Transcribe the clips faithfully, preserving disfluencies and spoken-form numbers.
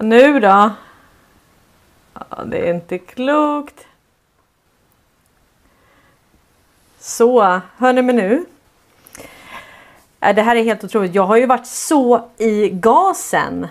Nu då? Ja, det är inte klokt. Så, hör ni mig nu? Det här är helt otroligt. Jag har ju varit så i gasen.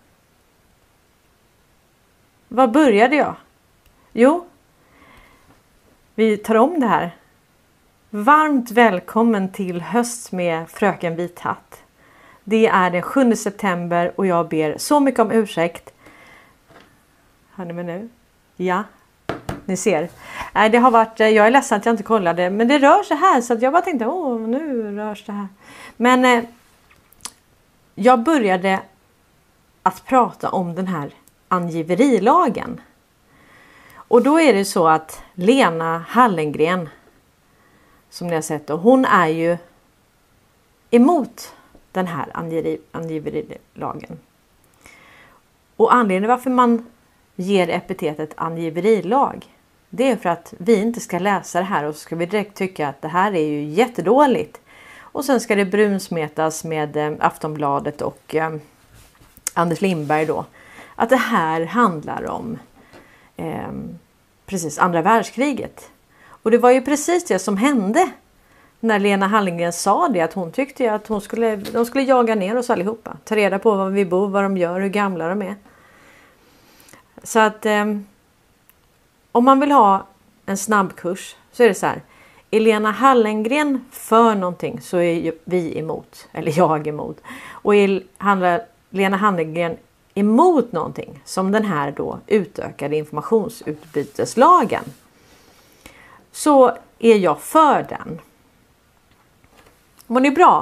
Vad började jag? Jo, vi tar om det här. Varmt välkommen till höst med Fröken Vithatt. Det är den sjunde september och jag ber så mycket om ursäkt. Hör ni mig nu? Ja, ni ser. Nej, det har varit, jag är ledsen att jag inte kollade, men det rör sig här så att jag bara tänkte, åh, nu rörs det här. Men eh, jag började att prata om den här angiverilagen. Och då är det så att Lena Hallengren, som ni har sett, och hon är ju emot den här angiveri, angiverilagen. Och anledningen varför man ger epitetet angiverilag, det är för att vi inte ska läsa det här och så ska vi direkt tycka att det här är ju jättedåligt. Och sen ska det brunsmetas med eh, Aftonbladet och eh, Anders Lindberg då. Att det här handlar om eh, precis andra världskriget. Och det var ju precis det som hände när Lena Hallengren sa det. Att hon tyckte att hon skulle, de skulle jaga ner oss allihopa. Ta reda på var vi bor, vad de gör, hur gamla de är. Så att eh, om man vill ha en snabbkurs så är det så här. Är Lena Hallengren för någonting så är vi emot. Eller jag emot. Och är handlar Lena Hallengren emot någonting som den här då utökade informationsutbyteslagen, så är jag för den. Mår ni bra?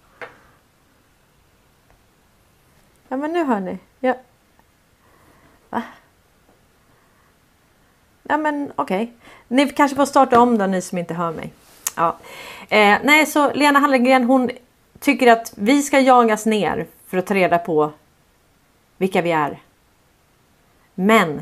Ja, men nu hör ni. Ja. Va? Ja, men okej. Okay. Ni kanske får starta om då, ni som inte hör mig. Ja. Eh, nej, så Lena Hallengren, hon tycker att vi ska jagas ner för att ta reda på vilka vi är. Men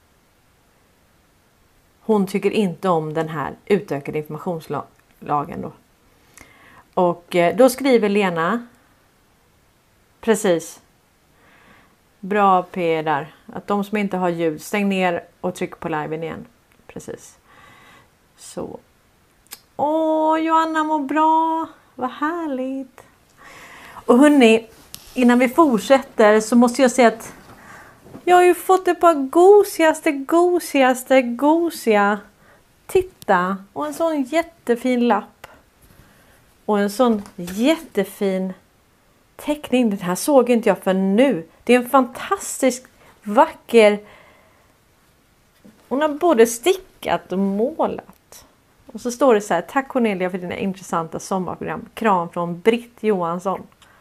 hon tycker inte om den här utökade informationslagen då. Och eh, då skriver Lena, precis, bra P där, att de som inte har ljud, stäng ner och tryck på liven igen. Precis. Så. Åh, Joanna mår bra. Vad härligt. Och hörni, innan vi fortsätter så måste jag säga att jag har ju fått ett par gosigaste, gosigaste, gosiga. Titta. Och en sån jättefin lapp. Och en sån jättefin teckning. Den här såg inte jag för nu. Det är en fantastisk, vacker. Hon har både stickat och målat. Och så står det så här. Tack Cornelia för dina intressanta sommarprogram. Kram från Britt Johansson.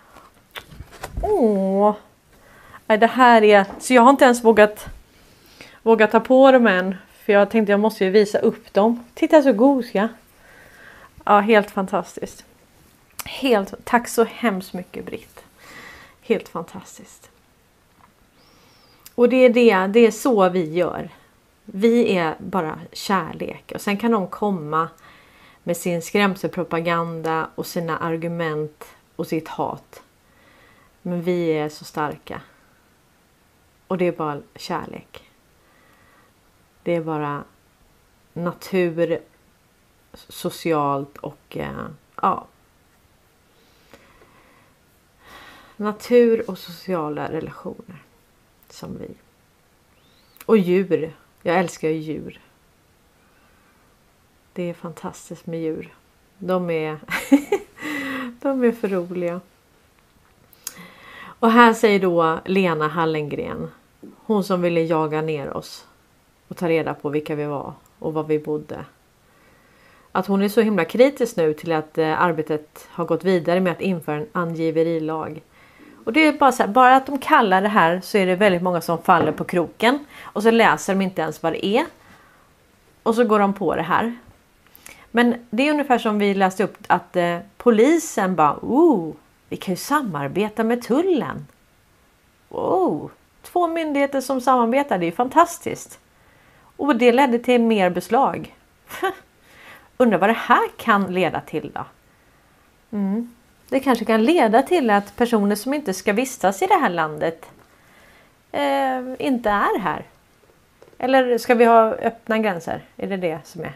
Åh. Det här är. Så jag har inte ens vågat. Vågat ta på dem än. För jag tänkte jag måste ju visa upp dem. Titta så gosiga. Ja, helt fantastiskt. Helt. Tack så hemskt mycket Britt. Helt fantastiskt. Och det är det. Det är så vi gör. Vi är bara kärlek. Och sen kan de komma med sin skrämselpropaganda och sina argument och sitt hat. Men vi är så starka. Och det är bara kärlek. Det är bara natur, socialt och eh, ja. Natur och sociala relationer som vi. Och djur. Jag älskar ju djur. Det är fantastiskt med djur. De är de är för roliga. Och här säger då Lena Hallengren. Hon som ville jaga ner oss. Och ta reda på vilka vi var. Och var vi bodde. Att hon är så himla kritisk nu till att eh, arbetet har gått vidare med att införa en angiverilag. Och det är bara så här, bara att de kallar det här så är det väldigt många som faller på kroken. Och så läser de inte ens vad det är. Och så går de på det här. Men det är ungefär som vi läste upp att eh, polisen bara, oh, vi kan ju samarbeta med tullen. Wow, två myndigheter som samarbetar, det är ju fantastiskt. Och det ledde till mer beslag. Undrar vad det här kan leda till då? Mm. Det kanske kan leda till att personer som inte ska vistas i det här landet eh, inte är här. Eller ska vi ha öppna gränser? Är det det som är?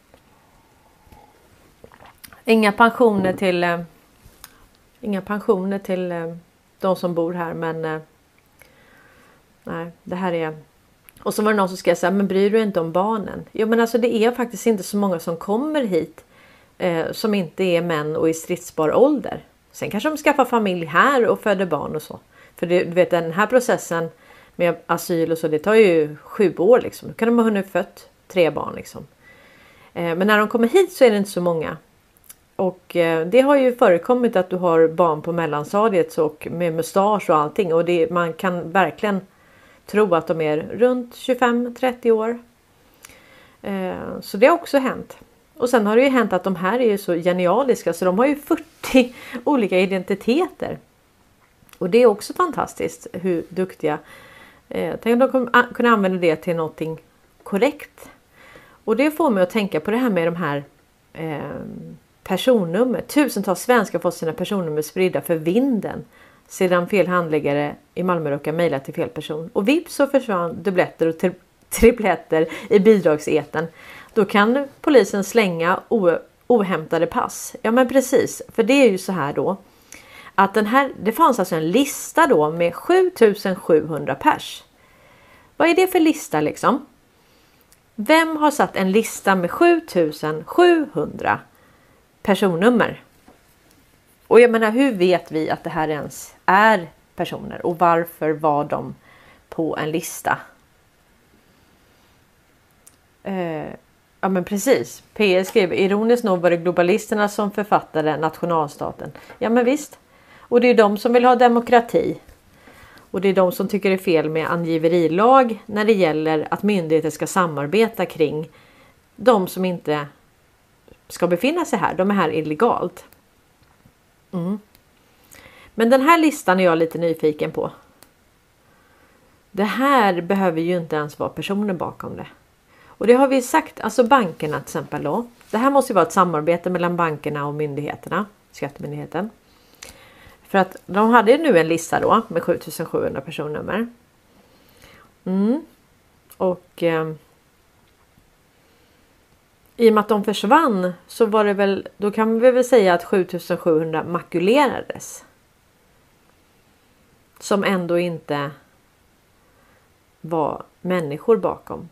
Inga pensioner till eh, inga pensioner till eh, de som bor här, men eh, nej, det här är. Och så var det någon som skrev så här, men bryr du inte om barnen? Jo, men alltså det är faktiskt inte så många som kommer hit eh, som inte är män och i stridsbar ålder. Sen kanske de skaffar familj här och föder barn och så. För det, du vet, den här processen med asyl och så, det tar ju sju år liksom. Då kan de ha hunnit fött tre barn liksom. Eh, men när de kommer hit så är det inte så många. Och eh, det har ju förekommit att du har barn på mellanstadiet och med mustasch och allting. Och det, man kan verkligen tro att de är runt tjugofem till trettio år. Eh, så det har också hänt. Och sen har det ju hänt att de här är ju så genialiska så de har ju fyrtio olika identiteter. Och det är också fantastiskt hur duktiga. Eh, tänk om de kommer kunna använda det till någonting korrekt. Och det får mig att tänka på det här med de här eh, personnummer. Tusentals svenskar har fått sina personnummer spridda för vinden. Sedan fel handläggare i Malmö råkar mejla till fel person. Och vips så försvann dubbletter och tri- tripletter i bidragseten. Då kan polisen slänga o- ohämtade pass. Ja men precis. För det är ju så här då. Att den här, det fanns alltså en lista då med sjutusen sjuhundra pers. Vad är det för lista liksom? Vem har satt en lista med sjutusen sjuhundra personnummer? Och jag menar, hur vet vi att det här ens är personer? Och varför var de på en lista? Eh, ja men precis. P S skrev, ironiskt nog var det globalisterna som författade nationalstaten. Ja men visst. Och det är de som vill ha demokrati. Och det är de som tycker det är fel med angiverilag när det gäller att myndigheter ska samarbeta kring de som inte ska befinna sig här. De är här illegalt. Mm. Men den här listan är jag lite nyfiken på. Det här behöver ju inte ens vara personer bakom det. Och det har vi sagt, alltså bankerna till exempel då. Det här måste ju vara ett samarbete mellan bankerna och myndigheterna, skattemyndigheten. För att de hade ju nu en lista då med sjutusen sjuhundra personnummer. Mm. Och eh, i och med att de försvann så var det väl, då kan vi väl säga att sjutusen sjuhundra makulerades. Som ändå inte var människor bakom.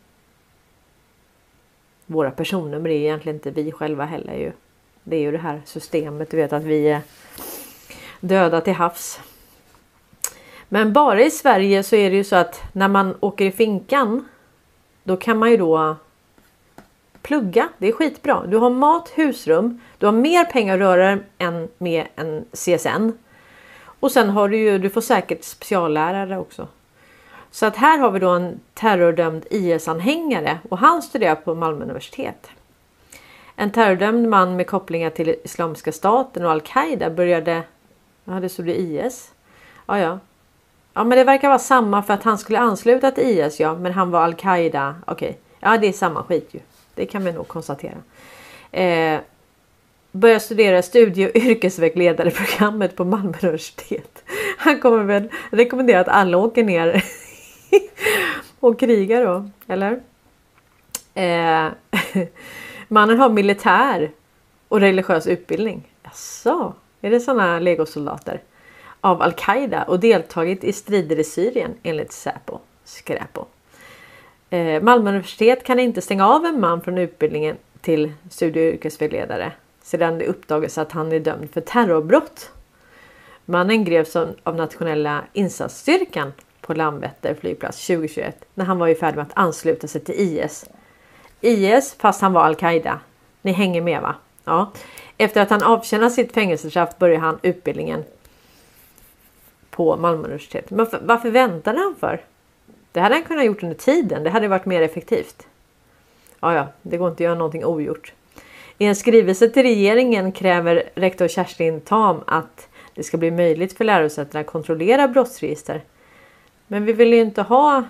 Våra personnummer är egentligen inte vi själva heller ju. Det är ju det här systemet, du vet att vi är döda till havs. Men bara i Sverige så är det ju så att när man åker i finkan, då kan man ju då plugga. Det är skitbra. Du har mat, husrum, du har mer pengar att röra än med en C S N. Och sen har du ju, du får säkert speciallärare också. Så att här har vi då en terrordömd I S-anhängare och han studerar på Malmö universitet. En terrordömd man med kopplingar till Islamiska staten och Al-Qaida började, ja det stod det I S. Ja ja. Ja men det verkar vara samma för att han skulle ansluta till I S ja, men han var Al-Qaida. Okej, okay. Ja det är samma skit ju. Det kan vi nog konstatera. Eh, började studera studie- och yrkesvägledarprogrammet på Malmö universitet. Han kommer väl rekommendera att alla åker ner och krigar då, eller? Eh, mannen har militär och religiös utbildning. Jaså, är det sådana legosoldater? Av Al-Qaida och deltagit i strider i Syrien enligt Säpo. Skräpo. Eh, Malmö universitet kan inte stänga av en man från utbildningen till studie- och yrkesvägledare sedan det uppdagats att han är dömd för terrorbrott. Mannen greps av nationella insatsstyrkan på Landvetter flygplats tjugohundratjugoett när han var i färd med att ansluta sig till I S. I S fast han var Al-Qaida. Ni hänger med va? Ja. Efter att han avtjänat sitt fängelsestraff började han utbildningen på Malmö universitet. Men varför väntade han för? Det hade han kunnat gjort under tiden. Det hade varit mer effektivt. Ja, ja, det går inte att göra någonting ogjort. I en skrivelse till regeringen kräver rektor Kerstin Tam att det ska bli möjligt för lärosätena att kontrollera brottsregister. Men vi vill ju inte ha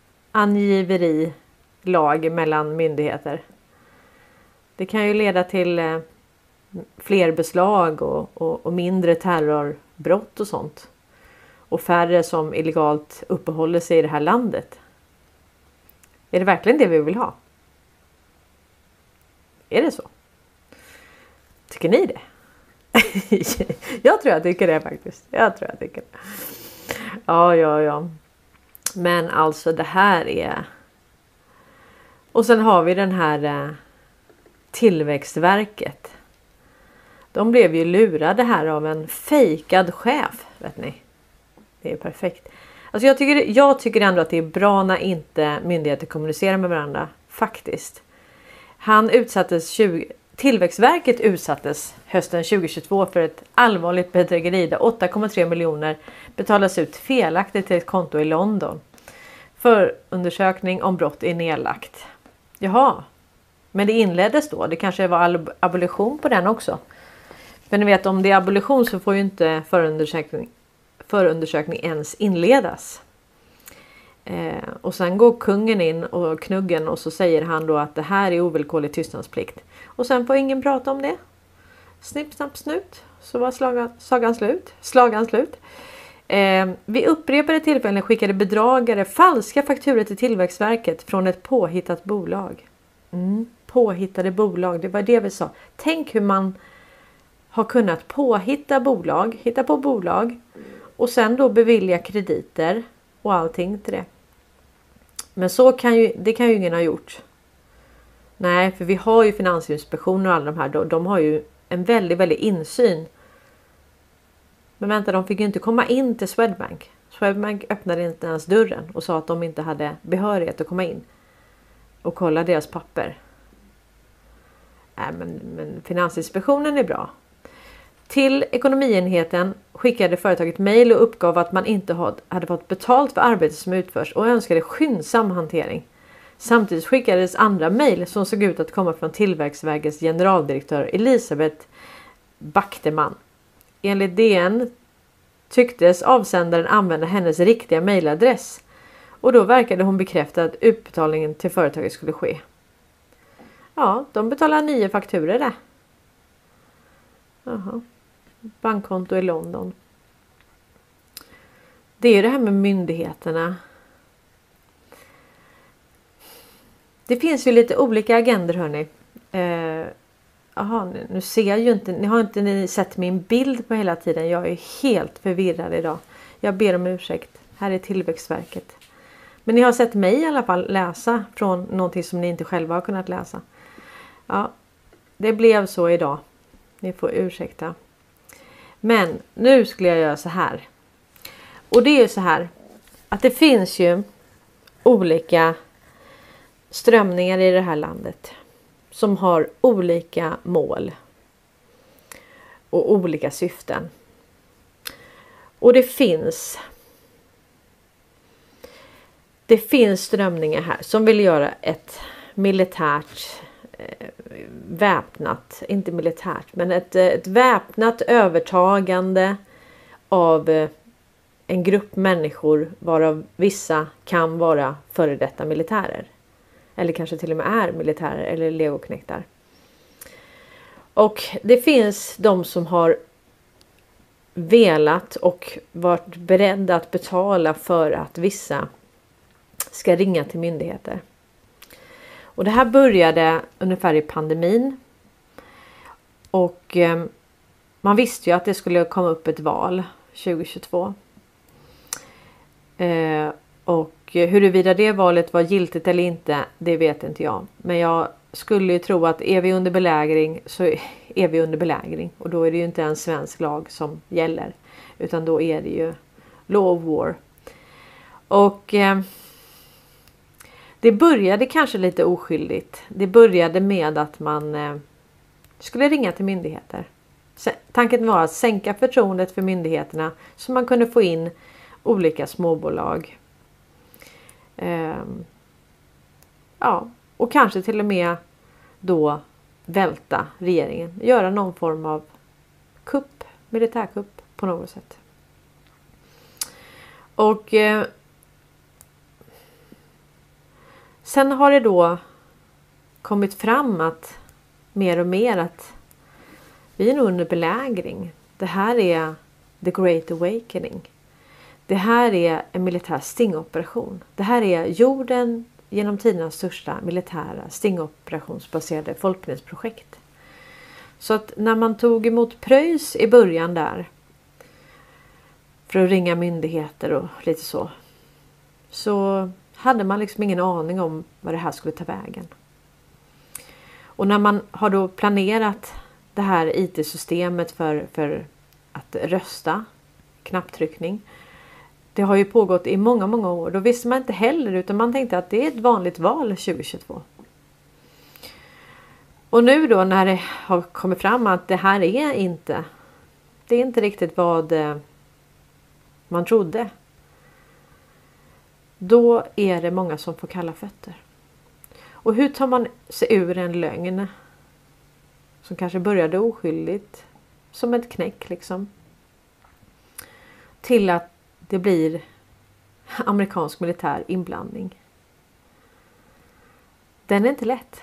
angiverilag mellan myndigheter. Det kan ju leda till eh, fler beslag och, och, och mindre terrorbrott och sånt. och färre som illegalt uppehåller sig i det här landet. Är det verkligen det vi vill ha? Är det så? Tycker ni det? Jag tror jag tycker det faktiskt. Jag tror jag tycker det. Ja, ja, ja. Men alltså det här är... Och sen har vi den här Tillväxtverket. De blev ju lurade här av en fejkad chef, vet ni. Det är perfekt. Alltså jag tycker, jag tycker ändå att det är bra när inte myndigheter kommunicerar med varandra. Faktiskt. Han utsattes tjugo, Tillväxtverket utsattes hösten tjugohundratjugotvå för ett allvarligt bedrägeri där åtta komma tre miljoner betalas ut felaktigt till ett konto i London. Förundersökning om brott är nedlagt. Jaha. Men det inleddes då. Det kanske var abolition på den också. För ni vet, om det är abolition så får ju inte förundersökning, förundersökning ens inledas. Eh, och sen går kungen in och knuggen och så säger han då att det här är ovillkorlig tystnadsplikt. Och sen får ingen prata om det. Snipp, snapp, snut. Så var slagan, sagan slut. Slagan slut. Eh, vid upprepade tillfällen skickade bedragare falska fakturor till Tillväxtverket från ett påhittat bolag. Mm, påhittade bolag, det var det vi sa. Tänk hur man har kunnat påhitta bolag, hitta på bolag och sen då bevilja krediter och allting till det. Men så kan ju, det kan ju ingen ha gjort. Nej, för vi har ju Finansinspektionen och alla de här, de, de har ju en väldigt, väldigt insyn. Men vänta, de fick ju inte komma in till Swedbank. Swedbank öppnade inte ens dörren och sa att de inte hade behörighet att komma in och kolla deras papper. Nej, men, men Finansinspektionen är bra. Till ekonomienheten skickade företaget mejl och uppgav att man inte hade fått betalt för arbetet som utförs och önskade skyndsam hantering. Samtidigt skickades andra mejl som såg ut att komma från Tillväxtverkets generaldirektör Elisabeth Backteman. Enligt D N tycktes avsändaren använda hennes riktiga mejladress och då verkade hon bekräfta att utbetalningen till företaget skulle ske. Ja, de betalar nio fakturer där. Jaha. Bankkonto i London. Det är det här med myndigheterna. Det finns ju lite olika agender, hörni. Eh, aha, nu ser jag ju inte. Ni har inte ni sett min bild på hela tiden. Jag är helt förvirrad idag. Jag ber om ursäkt. Här är Tillväxtverket. Men ni har sett mig i alla fall läsa från någonting som ni inte själva har kunnat läsa. Ja, det blev så idag. Ni får ursäkta. Men nu skulle jag göra så här. Och det är ju så här. Att det finns ju olika strömningar i det här landet. Som har olika mål. Och olika syften. Och det finns. Det finns strömningar här som vill göra ett militärt väpnat, inte militärt, men ett, ett väpnat övertagande av en grupp människor varav vissa kan vara före detta militärer. Eller kanske till och med är militärer eller legoknektar. Och det finns de som har velat och varit beredda att betala för att vissa ska ringa till myndigheter. Och det här började ungefär i pandemin. Och eh, man visste ju att det skulle komma upp ett val tjugohundratjugotvå. Eh, och huruvida det valet var giltigt eller inte, det vet inte jag. Men jag skulle ju tro att är vi under belägring så är vi under belägring. Och då är det ju inte en svensk lag som gäller. Utan då är det ju law of war. Och... Eh, Det började kanske lite oskyldigt. Det började med att man eh, skulle ringa till myndigheter. Tanken var att sänka förtroendet för myndigheterna så man kunde få in olika småbolag. Eh, ja, och kanske till och med då välta regeringen. Göra någon form av kupp, militärkupp på något sätt. Och... Eh, Sen har det då kommit fram att mer och mer att vi är nog under belägring. Det här är the great awakening. Det här är en militär stingoperation. Det här är jorden genom tidernas största militära stingoperationsbaserade folkbildningsprojekt. Så att när man tog emot pröjs i början där för att ringa myndigheter och lite så, så hade man liksom ingen aning om vad det här skulle ta vägen. Och när man har då planerat det här I T-systemet för, för att rösta, knapptryckning, det har ju pågått i många, många år. Då visste man inte heller, utan man tänkte att det är ett vanligt val tjugohundratjugotvå. Och nu då när det har kommit fram att det här är inte, det är inte riktigt vad man trodde. Då är det många som får kalla fötter. Och hur tar man sig ur en lögn som kanske började oskyldigt, som ett knäck liksom, till att det blir amerikansk militär inblandning? Den är inte lätt.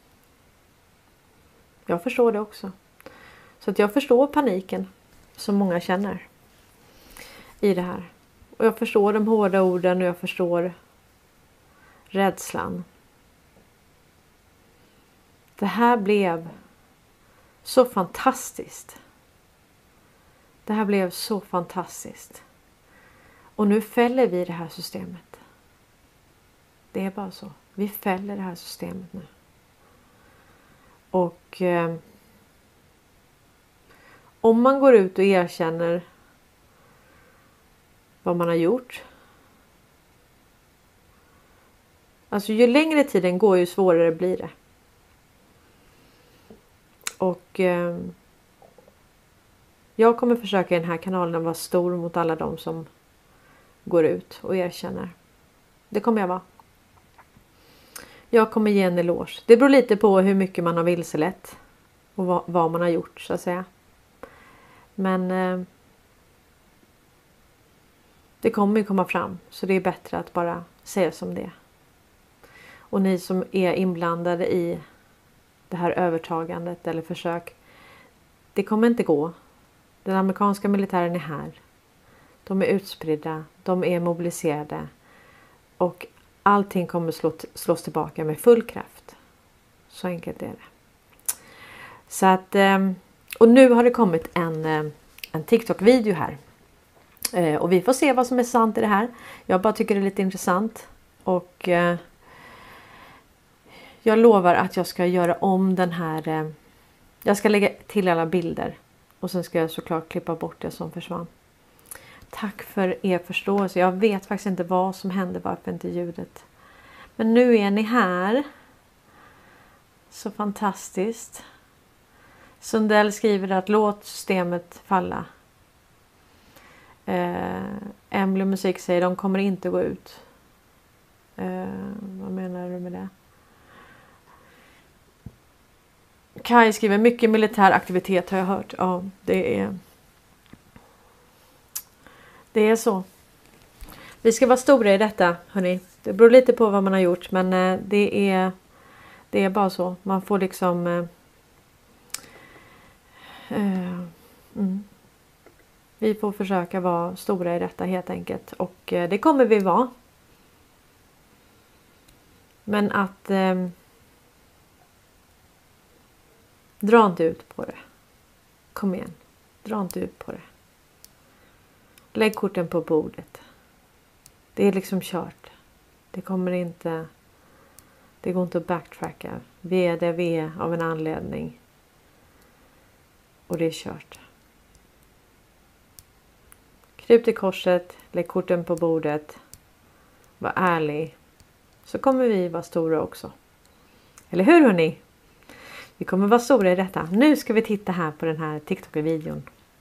Jag förstår det också. Så att jag förstår paniken som många känner i det här. Och jag förstår de hårda orden och jag förstår rädslan. Det här blev så fantastiskt. Det här blev så fantastiskt. Och nu fäller vi det här systemet. Det är bara så. Vi fäller det här systemet nu. Och eh, om man går ut och erkänner vad man har gjort. Alltså ju längre tiden går, ju svårare blir det. Och eh, jag kommer försöka i den här kanalen vara stor mot alla de som går ut och erkänner. Det kommer jag vara. Jag kommer ge en eloge. Det beror lite på hur mycket man har vilselett. Och vad, vad man har gjort så att säga. Men eh, det kommer ju komma fram. Så det är bättre att bara säga som det. Och ni som är inblandade i det här övertagandet eller försök. Det kommer inte gå. Den amerikanska militären är här. De är utspridda. De är mobiliserade. Och allting kommer slå, slås tillbaka med full kraft. Så enkelt är det. Så att, och nu har det kommit en, en TikTok-video här. Och vi får se vad som är sant i det här. Jag bara tycker det är lite intressant. Och jag lovar att jag ska göra om den här. Jag ska lägga till alla bilder. Och sen ska jag såklart klippa bort det som försvann. Tack för er förståelse. Jag vet faktiskt inte vad som hände. Varför inte ljudet. Men nu är ni här. Så fantastiskt. Sundell skriver att låt systemet falla. Eh, Emily Musik säger de kommer inte gå ut. Eh, vad menar du med det? Kai skriver mycket militär aktivitet har jag hört. Ja, det är det är så. Vi ska vara stora i detta, hörni. Det beror lite på vad man har gjort, men eh, det är det är bara så. Man får liksom eh, eh, mm. Vi får försöka vara stora i detta helt enkelt. Och eh, det kommer vi vara. Men att eh, dra inte ut på det. Kom igen. Dra inte ut på det. Lägg korten på bordet. Det är liksom kört. Det kommer inte. Det går inte att backtracka. Vi är där vi är av en anledning. Och det är kört. Kryp till korset. Lägg korten på bordet. Var ärlig. Så kommer vi vara stora också. Eller hur hörni? Vi kommer vara stora i detta. Nu ska vi titta här på den här TikTok-videon.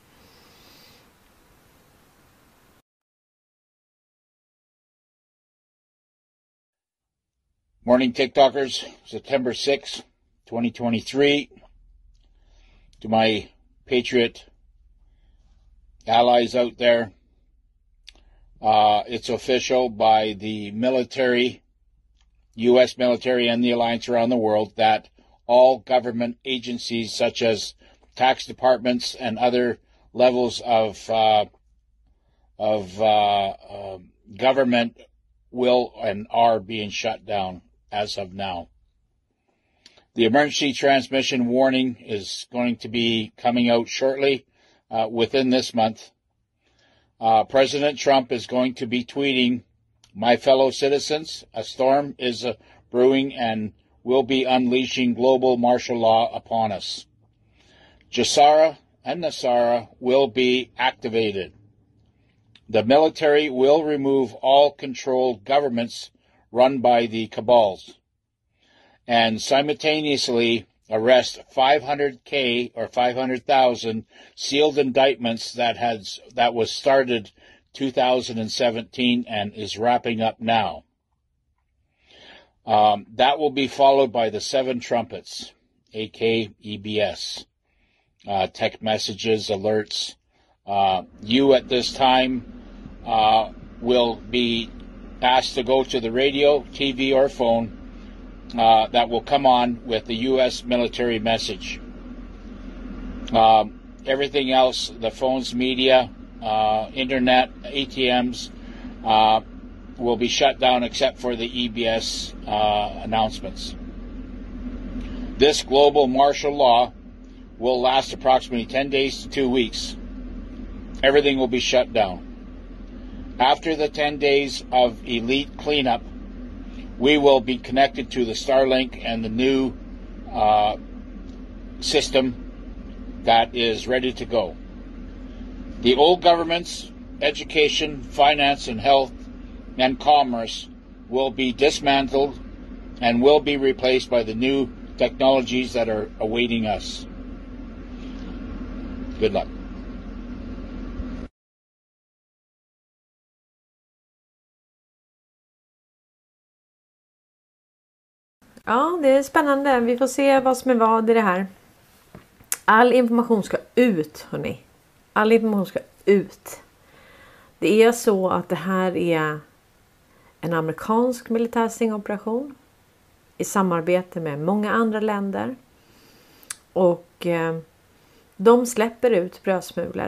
Morning TikTokers, September sixth, twenty twenty-three. To my patriot allies out there, uh, it's official by the military, U S military and the alliance around the world that all government agencies such as tax departments and other levels of uh, of uh, uh, government will and are being shut down as of now. The emergency transmission warning is going to be coming out shortly uh, within this month. Uh, President Trump is going to be tweeting, "My fellow citizens, a storm is uh, brewing and will be unleashing global martial law upon us. GESARA and NESARA will be activated. The military will remove all controlled governments run by the cabals and simultaneously arrest five hundred K or five hundred thousand sealed indictments that has that was started two thousand seventeen and is wrapping up now. Um, that will be followed by the seven trumpets, aka E B S, uh, text messages, alerts. Uh, you at this time uh, will be asked to go to the radio, T V, or phone uh, that will come on with the U S military message. Um, everything else, the phones, media, uh, internet, A T Ms, uh, will be shut down except for the E B S uh, announcements. This global martial law will last approximately ten days to two weeks. Everything will be shut down. After the ten days of elite cleanup, we will be connected to the Starlink and the new uh, system that is ready to go. The old government's education, finance, and health and commerce will be dismantled and will be replaced by the new technologies that are awaiting us. Good luck. Ja, det är spännande. Vi får se vad som är vad i det här. All information ska ut, hörni. All information ska ut. Det är så att det här är en amerikansk militärstingoperation i samarbete med många andra länder. Och eh, de släpper ut brödsmulor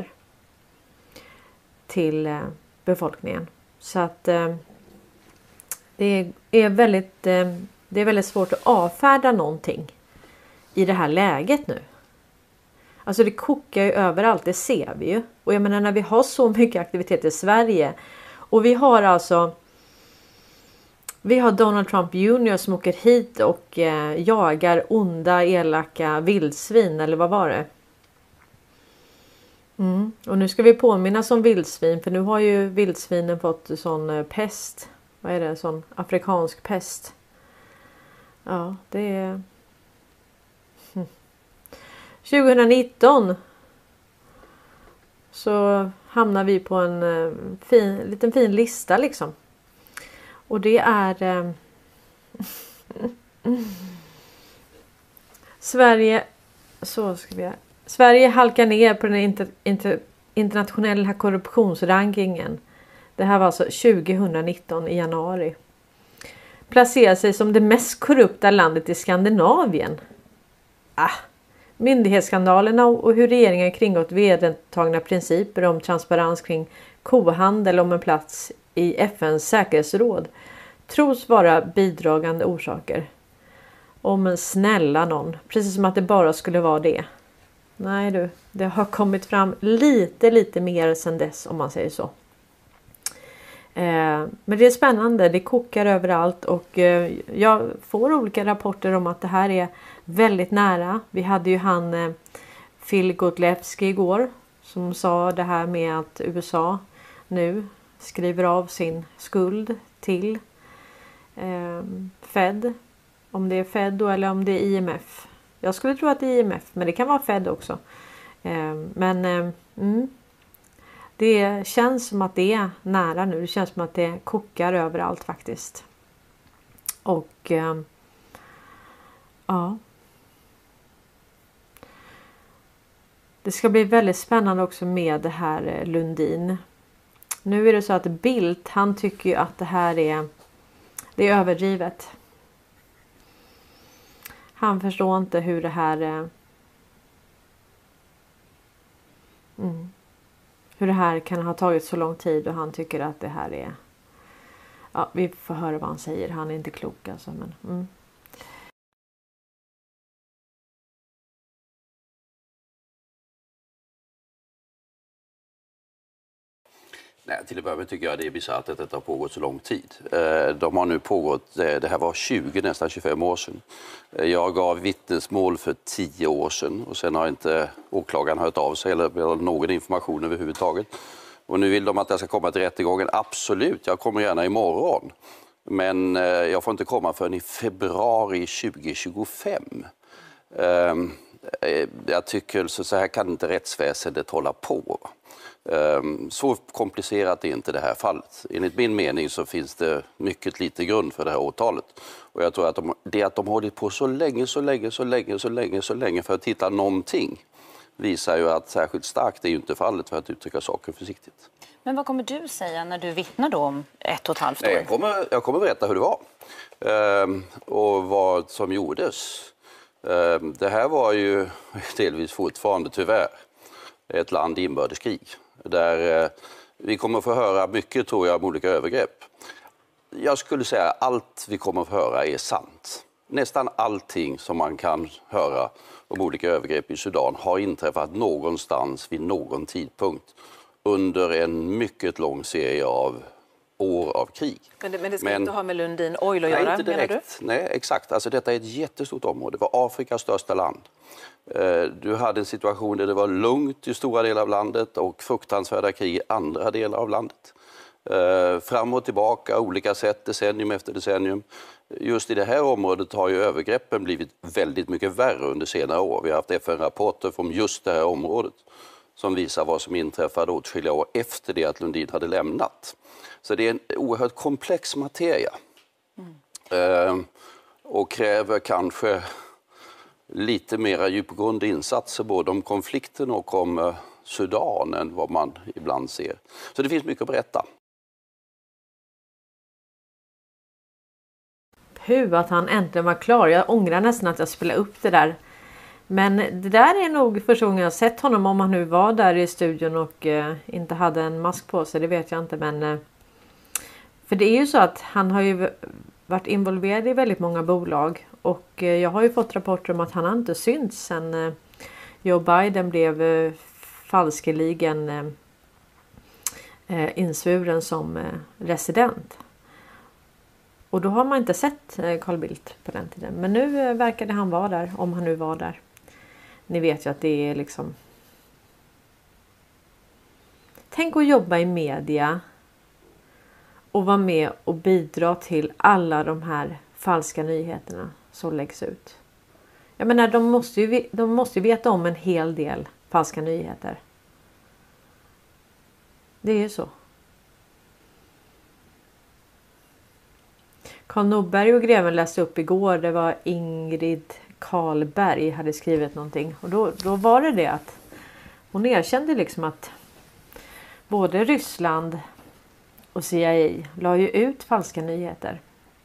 till eh, befolkningen. Så att eh, det är väldigt... Eh, Det är väldigt svårt att avfärda någonting i det här läget nu. Alltså det kokar ju överallt, det ser vi ju. Och jag menar när vi har så mycket aktivitet i Sverige. Och vi har alltså... Vi har Donald Trump junior som åker hit och eh, jagar onda, elaka vildsvin. Eller vad var det? Mm. Och nu ska vi påminnas om vildsvin. För nu har ju vildsvinen fått sån eh, pest. Vad är det? Sån afrikansk pest. Ja, det är... tjugonitton så hamnar vi på en fin, liten fin lista liksom. Och det är... Eh... Sverige... Så ska vi... Sverige halkar ner på den inter, inter, internationella korruptionsrankingen. Det här var alltså tjugonitton i januari. Placerar sig som det mest korrupta landet i Skandinavien. Ah, myndighetsskandalerna och hur regeringen kringgått vedertagna principer om transparens kring kohandel om en plats i F N:s säkerhetsråd tros vara bidragande orsaker. Om men snälla någon, precis som att det bara skulle vara det. Nej du, det har kommit fram lite lite mer sedan dess om man säger så. Eh, men det är spännande, det kokar överallt och eh, jag får olika rapporter om att det här är väldigt nära. Vi hade ju han eh, Phil Godlewski igår som sa det här med att U S A nu skriver av sin skuld till eh, Fed. Om det är Fed då eller om det är I M F. Jag skulle tro att det är I M F men det kan vara Fed också. Eh, men eh, mm. Det känns som att det är nära nu. Det känns som att det kokar överallt faktiskt. Och eh, ja. Det ska bli väldigt spännande också med det här Lundin. Nu är det så att Bildt, han tycker ju att det här är, det är överdrivet. Han förstår inte hur det här är. Mm. hur det här kan ha tagit så lång tid och han tycker att det här är... Ja, vi får höra vad han säger. Han är inte klok alltså, men... Mm. Nej, till att börja med tycker jag det är bisarrt att detta har pågått så lång tid. De har nu pågått, det här var tjugo, nästan tjugofem år sedan. Jag gav vittnesmål för tio år sedan och sen har inte åklagaren hört av sig eller någon information överhuvudtaget. Och nu vill de att jag ska komma till rättegången. Absolut, jag kommer gärna imorgon. Men jag får inte komma förrän i februari tjugohundratjugofem. Jag tycker så här kan inte rättsväsendet hålla på. Så komplicerat är inte det här fallet. Enligt min mening så finns det mycket lite grund för det här åtalet. Och jag tror att de, det att de hållit på så länge, så länge, så länge, så länge, så länge för att hitta någonting visar ju att särskilt starkt är ju inte fallet, för att uttrycka saker försiktigt. Men vad kommer du säga när du vittnar då om ett och ett halvt år? Nej, jag, kommer, jag kommer berätta hur det var ehm, och vad som gjordes. Ehm, det här var ju delvis fortfarande tyvärr ett land i inbördeskrig. Där eh, vi kommer att få höra mycket, tror jag, om olika övergrepp. Jag skulle säga att allt vi kommer att få höra är sant. Nästan allting som man kan höra om olika övergrepp i Sudan har inträffat någonstans vid någon tidpunkt under en mycket lång serie av år av krig. Men det, men det ska men, inte ha med Lundin Oil att nej, göra, inte direkt. menar du? Nej, exakt. Alltså, detta är ett jättestort område. Det var Afrikas största land. Du hade en situation där det var lugnt i stora delar av landet och fruktansvärda krig i andra delar av landet. Fram och tillbaka, olika sätt, decennium efter decennium. Just i det här området har ju övergreppen blivit väldigt mycket värre under senare år. Vi har haft F N-rapporter från just det här området som visar vad som inträffade åtskilliga år efter det att Lundin hade lämnat. Så det är en oerhört komplex materia. Mm. Och kräver kanske lite mera djupgående insatser både om konflikten och om Sudan än vad man ibland ser. Så det finns mycket att berätta. Puh, att han äntligen var klar. Jag ångrar nästan att jag spelade upp det där. Men det där är nog första gången jag sett honom, om han nu var där i studion och eh, inte hade en mask på sig. Det vet jag inte, men... Eh, för det är ju så att han har ju varit involverad i väldigt många bolag. Och eh, jag har ju fått rapporter om att han inte synts sen eh, Joe Biden blev eh, falskeligen eh, insvuren som eh, resident. Och då har man inte sett eh, Carl Bildt på den tiden. Men nu eh, verkade han vara där, om han nu var där. Ni vet ju att det är liksom... Tänk att jobba i media och vara med och bidra till alla de här falska nyheterna som läggs ut. Jag menar, de måste ju, de måste ju veta om en hel del falska nyheter. Det är ju så. Carl Norberg och greven läste upp igår. Det var Ingrid Karlberg hade skrivit någonting. Och då, då var det det att hon erkände liksom att både Ryssland och C I A la ju ut falska nyheter.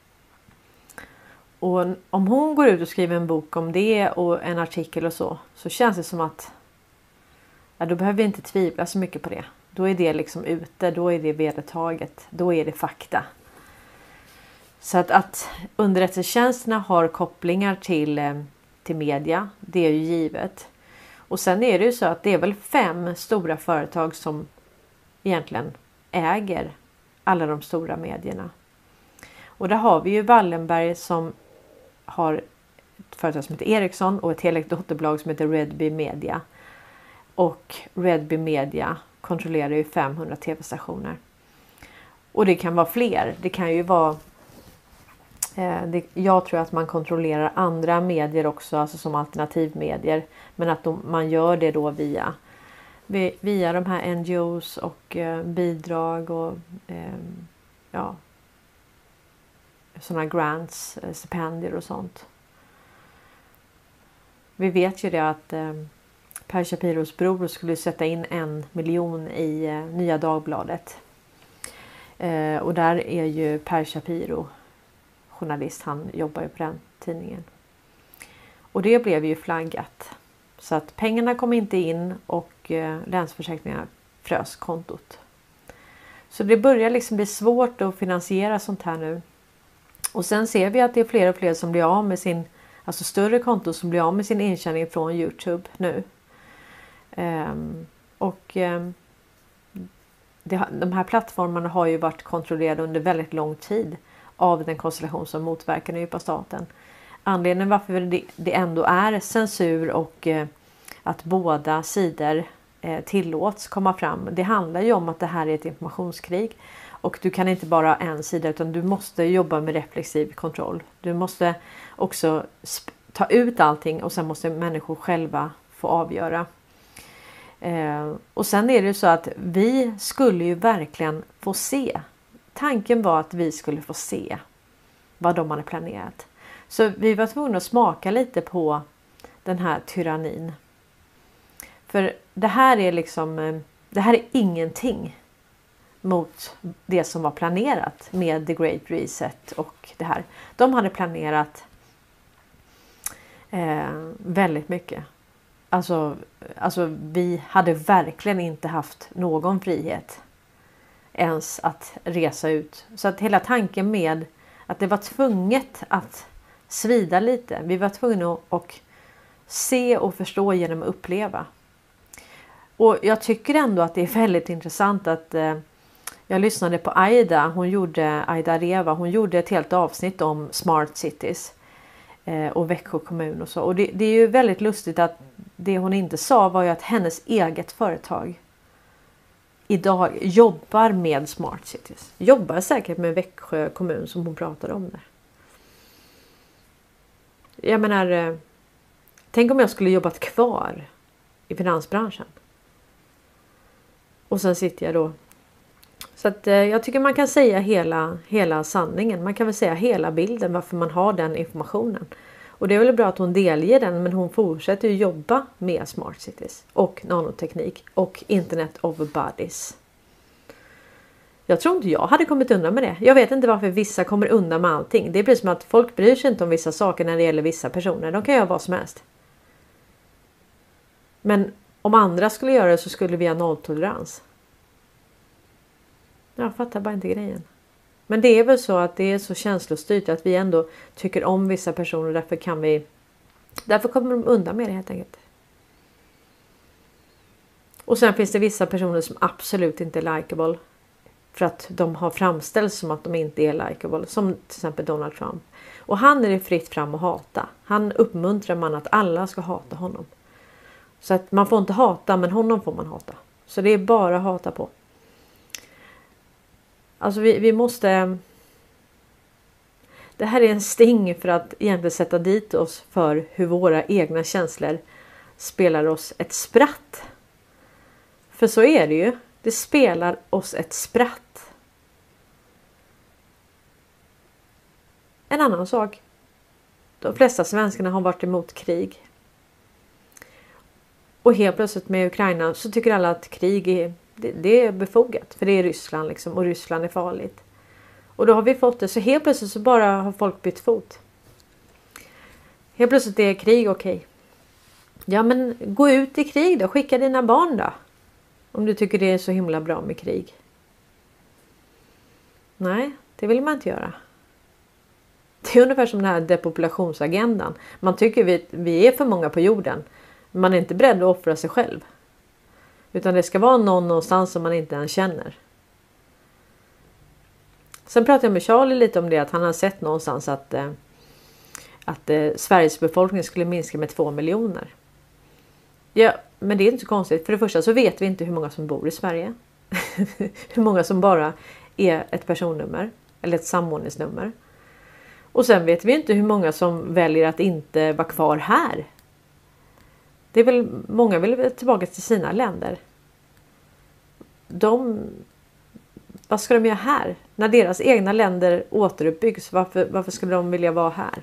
Och om hon går ut och skriver en bok om det och en artikel och så, så känns det som att ja, då behöver vi inte tvivla så mycket på det. Då är det liksom ute, då är det vedertaget, då är det fakta. Så att, att underrättelsetjänsterna har kopplingar till, till media, det är ju givet. Och sen är det ju så att det är väl fem stora företag som egentligen äger alla de stora medierna. Och där har vi ju Wallenberg som har ett företag som heter Ericsson och ett helägt dotterbolag som heter Redby Media. Och Redby Media kontrollerar ju femhundra tv-stationer. Och det kan vara fler. Det kan ju vara... Eh, det, jag tror att man kontrollerar andra medier också, alltså som alternativmedier. Men att de, man gör det då via, via de här N G Os och eh, bidrag och eh, ja... sådana grants, stipendier och sånt. Vi vet ju det att eh, Per Shapiros bror skulle sätta in en miljon i eh, Nya Dagbladet. Eh, och där är ju Per Shapiro journalist, han jobbar ju på den tidningen. Och det blev ju flaggat. Så att pengarna kom inte in och eh, Länsförsäkringar frös kontot. Så det börjar liksom bli svårt att finansiera sånt här nu. Och sen ser vi att det är fler och fler som blir av med sin, alltså större konton som blir av med sin intjäning från YouTube nu. Um, och um, det, de här plattformarna har ju varit kontrollerade under väldigt lång tid av den konstellation som motverkar den djupa staten. Anledningen varför det, det ändå är censur och eh, att båda sidor eh, tillåts komma fram. Det handlar ju om att det här är ett informationskrig. Och du kan inte bara ha en sida utan du måste jobba med reflexiv kontroll. Du måste också ta ut allting och sen måste människor själva få avgöra. Eh, och sen är det så att vi skulle ju verkligen få se. Tanken var att vi skulle få se vad de hade planerat. Så vi var tvungna att smaka lite på den här tyrannin. För det här är liksom, det här är ingenting mot det som var planerat med The Great Reset och det här. De hade planerat eh, väldigt mycket. Alltså, alltså vi hade verkligen inte haft någon frihet ens att resa ut. Så att hela tanken med att det var tvunget att svida lite. Vi var tvungna att se och förstå genom att uppleva. Och jag tycker ändå att det är väldigt intressant att eh, jag lyssnade på Aida. Hon gjorde, Aida Reva, hon gjorde ett helt avsnitt om Smart Cities eh, och Växjö kommun och så. Och det, det är ju väldigt lustigt att det hon inte sa var ju att hennes eget företag idag jobbar med Smart Cities. Jobbar säkert med Växjö kommun som hon pratade om där. Jag menar, tänk om jag skulle jobbat kvar i finansbranschen. Och sen sitter jag då. Så att jag tycker man kan säga hela, hela sanningen. Man kan väl säga hela bilden varför man har den informationen. Och det är väl bra att hon delger den, men hon fortsätter ju jobba med Smart Cities och nanoteknik och Internet of Bodies. Jag tror inte jag hade kommit undan med det. Jag vet inte varför vissa kommer undan med allting. Det är precis som att folk bryr sig inte om vissa saker när det gäller vissa personer. De kan göra vad som helst. Men om andra skulle göra det så skulle vi ha nolltolerans. Jag fattar bara inte grejen. Men det är väl så att det är så känslostyrt att vi ändå tycker om vissa personer. Därför kan vi... Därför kommer de undan med det helt enkelt. Och sen finns det vissa personer som absolut inte är likeable. För att de har framställts som att de inte är likeable. Som till exempel Donald Trump. Och han är det fritt fram att hata. Han uppmuntrar man att alla ska hata honom. Så att man får inte hata, men honom får man hata. Så det är bara att hata på. Alltså vi, vi måste... Det här är en sting för att egentligen sätta dit oss för hur våra egna känslor spelar oss ett spratt. För så är det ju. Det spelar oss ett spratt. En annan sak. De flesta svenskarna har varit emot krig. Och helt plötsligt med Ukraina så tycker alla att krig är, det, det är befogat. För det är Ryssland liksom, och Ryssland är farligt. Och då har vi fått det. Så helt plötsligt så bara har folk bytt fot. Helt plötsligt är krig okej. Okay. Ja men gå ut i krig då. Skicka dina barn då. Om du tycker det är så himla bra med krig. Nej, det vill man inte göra. Det är ungefär som den här depopulationsagendan. Man tycker vi, vi är för många på jorden. Man är inte beredd att offra sig själv. Utan det ska vara någon någonstans som man inte ens känner. Sen pratade jag med Charlie lite om det. Att han har sett någonstans att, eh, att eh, Sveriges befolkning skulle minska med två miljoner. Ja, men det är inte så konstigt. För det första så vet vi inte hur många som bor i Sverige. Hur många som bara är ett personnummer. Eller ett samordningsnummer. Och sen vet vi inte hur många som väljer att inte vara kvar här. Det är väl, många vill tillbaka till sina länder. De, vad ska de göra här? När deras egna länder återuppbyggs, varför, varför skulle de vilja vara här?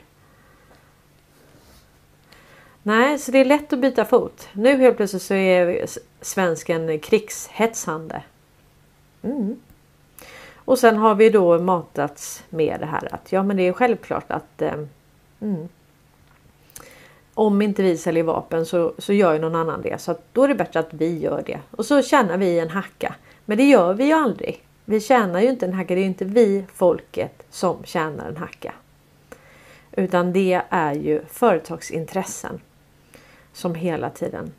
Nej, så det är lätt att byta fot. Nu helt plötsligt så är svensken krigshetsande. Mm. Och sen har vi då matats med det här att ja men det är självklart att... Eh, mm, om inte vi säljer vapen så, så gör ju någon annan det. Så att då är det bättre att vi gör det. Och så tjänar vi en hacka. Men det gör vi ju aldrig. Vi tjänar ju inte en hacka. Det är ju inte vi, folket, som tjänar en hacka. Utan det är ju företagsintressen som hela tiden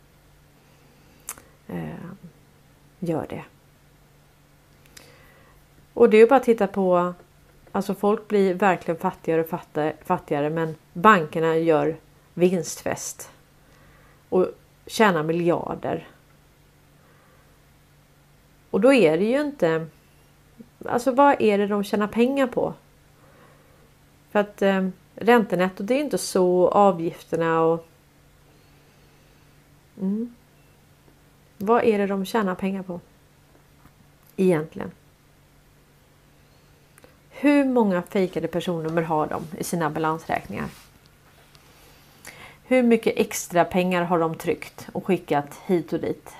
eh, gör det. Och det är ju bara att titta på, alltså folk blir verkligen fattigare och fattigare, men bankerna gör vinstfest och tjänar miljarder. Och då är det ju inte, alltså vad är det de tjänar pengar på? För att eh, räntenetto, det är inte så, avgifterna och mm. Vad är det de tjänar pengar på? Egentligen. Hur många fejkade personnummer har de i sina balansräkningar? Hur mycket extra pengar har de tryckt och skickat hit och dit?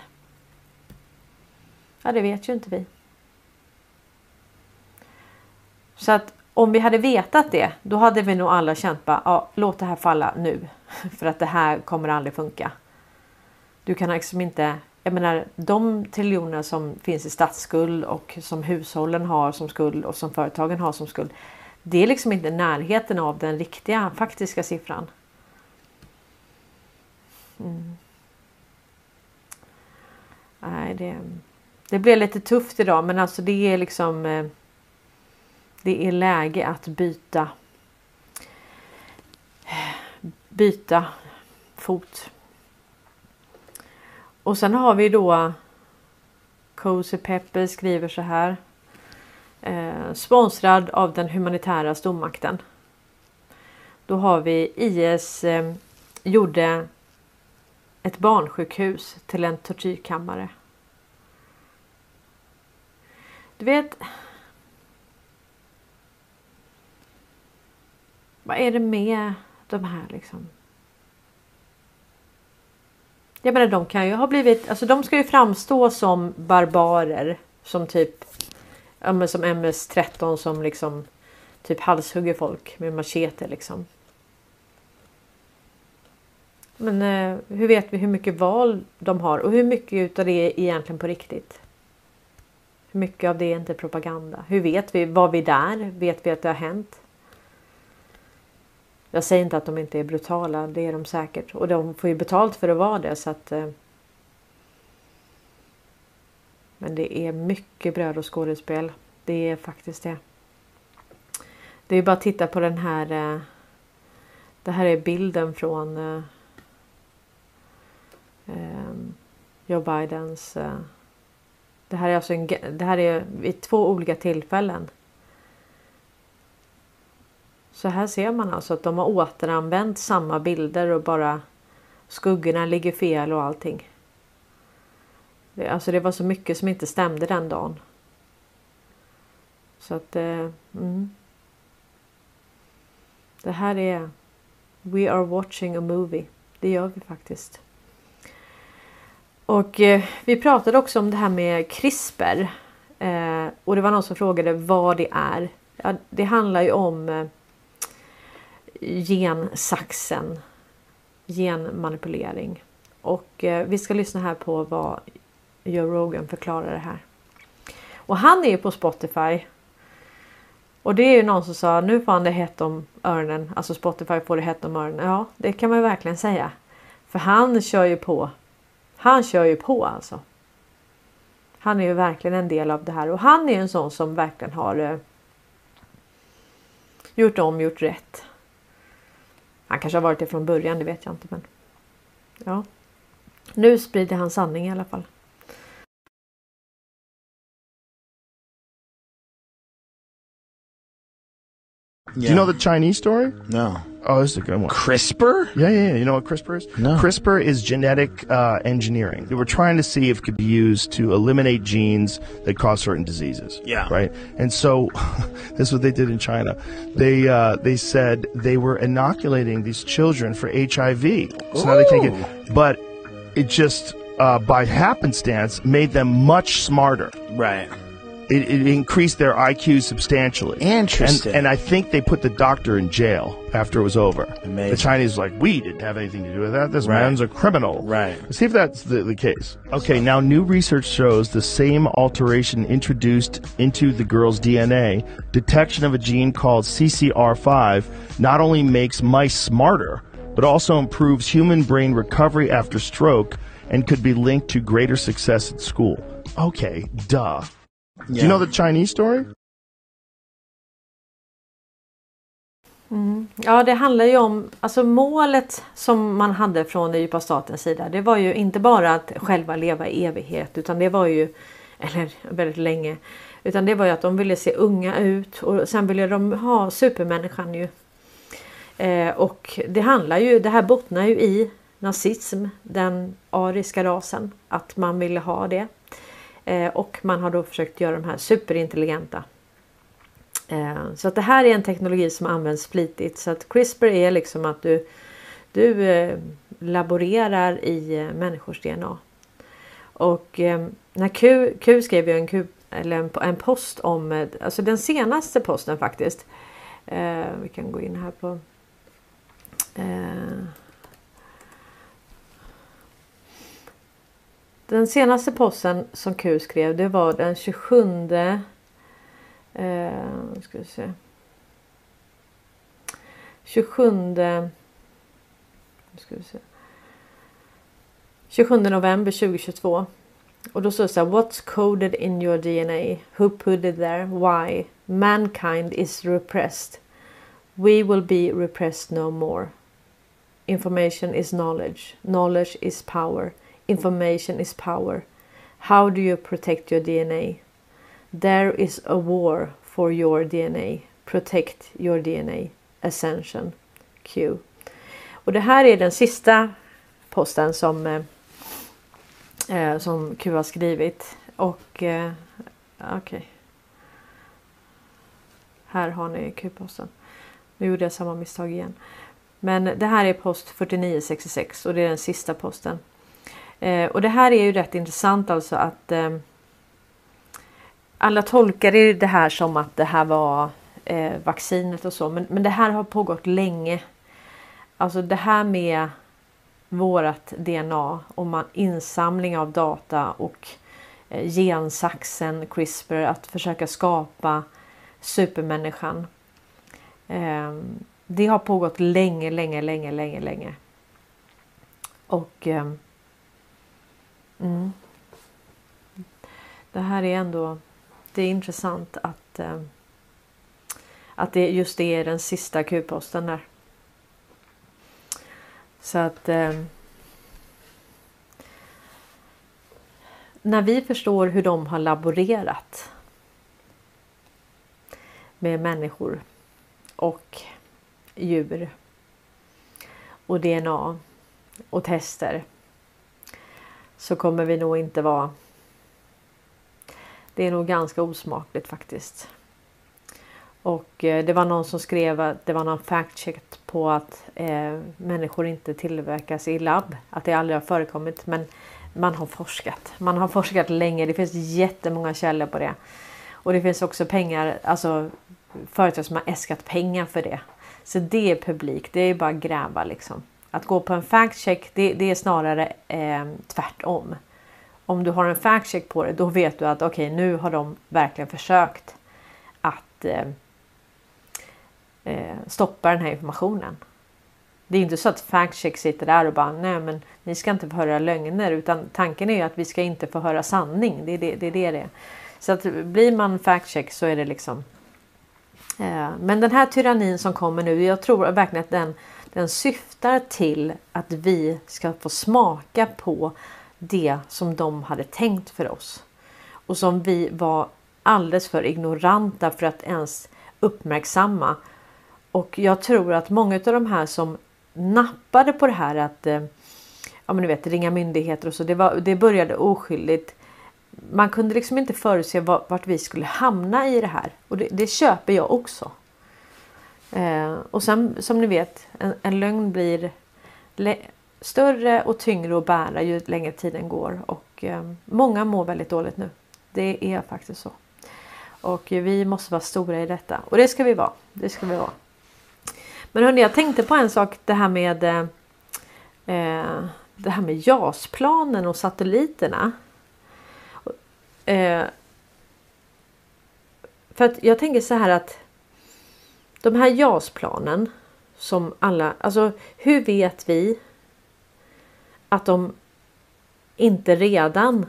Ja, det vet ju inte vi. Så att om vi hade vetat det, då hade vi nog alla känt bara, ja, låt det här falla nu. För att det här kommer aldrig funka. Du kan liksom inte, jag menar, de triljoner som finns i statsskuld och som hushållen har som skuld och som företagen har som skuld. Det är liksom inte närheten av den riktiga, faktiska siffran. Mm. Nej, det, det blir lite tufft idag, men alltså det är liksom, det är läge att byta byta fot. Och sen har vi då Cozy Pepper skriver så här. Eh, sponsrad av den humanitära stormakten. Då har vi I S eh, gjorde ett barnsjukhus till en tortyrkammare. Du vet, vad är det med de här liksom? Jag menar, de kan ju ha blivit, alltså de ska ju framstå som barbarer, som typ, ja men som M S tretton som liksom typ halshugger folk med machete liksom. Men eh, hur vet vi hur mycket val de har och hur mycket utav det är egentligen på riktigt? Hur mycket av det är inte propaganda? Hur vet vi, var vi där? Vet vi att det har hänt? Jag säger inte att de inte är brutala, det är de säkert. Och de får ju betalt för att vara det, så att... Eh, men det är mycket bröd och skådespel. Det är faktiskt det. Det är bara att titta på den här... Eh, det här är bilden från... Eh, eh, Joe Bidens... Eh, det här är alltså en, det här är vid två olika tillfällen. Så här ser man alltså att de har återanvänt samma bilder och bara skuggorna ligger fel och allting. Det, alltså det var så mycket som inte stämde den dagen. Så att eh, mm. det här är We are watching a movie. Det gör vi faktiskt. Och eh, vi pratade också om det här med CRISPR. Eh, och det var någon som frågade vad det är. Ja, det handlar ju om... Eh, gensaxen, genmanipulering. Och eh, vi ska lyssna här på vad Joe Rogan förklarar det här. Och han är ju på Spotify. Och det är ju någon som sa, nu får han det hett om öronen. Alltså Spotify får det hett om öronen. Ja, det kan man verkligen säga. För han kör ju på. Han kör ju på alltså. Han är ju verkligen en del av det här. Och han är ju en sån som verkligen har eh, gjort om, gjort rätt. Han kanske har varit det från början, det vet jag inte. Men ja. Nu sprider han sanning i alla fall. Yeah. Do you know the Chinese story? No. Oh, this is a good one. CRISPR? Yeah, yeah, yeah. You know what CRISPR is? No. CRISPR is genetic uh, engineering. They were trying to see if it could be used to eliminate genes that cause certain diseases. Yeah. Right? And so this is what they did in China. They uh, they said they were inoculating these children for H I V. So now they can't get... But it just, uh, by happenstance, made them much smarter. Right. it, it increased their I Q substantially. Interesting. And, and I think they put the doctor in jail after it was over. Amazing. The Chinese were like, we didn't have anything to do with that. This Right. man's a criminal. Right. Let's see if that's the, the case. Okay, now new research shows the same alteration introduced into the girl's D N A, detection of a gene called C C R five, not only makes mice smarter, but also improves human brain recovery after stroke and could be linked to greater success at school. Okay, duh. Do you know the Chinese story? Mm. Ja, det handlar ju om, alltså målet som man hade från den djupa statens sida, det var ju inte bara att själva leva i evighet, utan det var ju, eller väldigt länge, utan det var ju att de ville se unga ut och sen ville de ha supermänniskan ju. Eh, och det handlar ju, det här bottnar ju i nazism, den ariska rasen, att man ville ha det. Eh, och man har då försökt göra de här superintelligenta. Eh, så att det här är en teknologi som används flitigt. Så att CRISPR är liksom att du, du eh, laborerar i eh, människors D N A. Och eh, när Q, Q skrev ju en, Q, eller en, en post om, eh, alltså den senaste posten faktiskt. Eh, vi kan gå in här på... Eh, Den senaste posten som Q skrev, det var den tjugosjunde eh, ska vi se, tjugosjunde ska vi se, tjugosjunde november tjugohundratjugotvå. Och då står det så här: What's coded in your D N A? Who put it there? Why? Mankind is repressed. We will be repressed no more. Information is knowledge. Knowledge is power. Information is power. How do you protect your D N A? There is a war for your D N A. Protect your D N A. Ascension. Q. Och det här är den sista posten som, eh, som Q har skrivit. Och eh, okej. Okay. Här har ni Q-posten. Nu gjorde jag samma misstag igen. Men det här är post fyrtionio sextiosex och det är den sista posten. Eh, och det här är ju rätt intressant alltså att eh, alla tolkar ju det här som att det här var eh, vaccinet och så. Men, men det här har pågått länge. Alltså det här med vårat D N A och man, insamling av data och eh, gensaxen CRISPR, att försöka skapa supermänniskan. Eh, det har pågått länge, länge, länge, länge, länge. Och eh, mm, det här är ändå, det är intressant att eh, att det just det är den sista Q-posten där. Så att eh, när vi förstår hur de har laborerat med människor och djur och D N A och tester, så kommer vi nog inte vara, det är nog ganska osmakligt faktiskt. Och eh, det var någon som skrev att det var någon fact check på att eh, människor inte tillverkas i labb, att det aldrig har förekommit, men man har forskat. Man har forskat länge, det finns jättemånga källor på det. Och det finns också pengar, alltså företag som har äskat pengar för det. Så det är publik, det är bara att gräva liksom. Att gå på en fact check, det, det är snarare eh, tvärtom. Om du har en fact check på det, då vet du att okej, okay, nu har de verkligen försökt att eh, eh, stoppa den här informationen. Det är inte så att fact check sitter där och bara, nej men ni ska inte få höra lögner, utan tanken är ju att vi ska inte få höra sanning. Det är det det är. Det det. Så att blir man fact check så är det liksom eh, men den här tyrannin som kommer nu, jag tror verkligen att den, den syftar till att vi ska få smaka på det som de hade tänkt för oss. Och som vi var alldeles för ignoranta för att ens uppmärksamma. Och jag tror att många av de här som nappade på det här att eh, ja men du vet, ringa myndigheter och så, det, var, det började oskyldigt. Man kunde liksom inte förutse vart vi skulle hamna i det här. Och det, det köper jag också. Eh, och sen som ni vet, en, en lögn blir le- större och tyngre att bära ju längre tiden går. Och eh, många mår väldigt dåligt nu. Det är faktiskt så. Och vi måste vara stora i detta. Och det ska vi vara. Det ska vi vara. Men hörni, jag tänkte på en sak. Det här med eh, det här med JAS-planen och satelliterna. Eh, för att jag tänker så här att de här JAS-planen som alla, alltså hur vet vi att de inte redan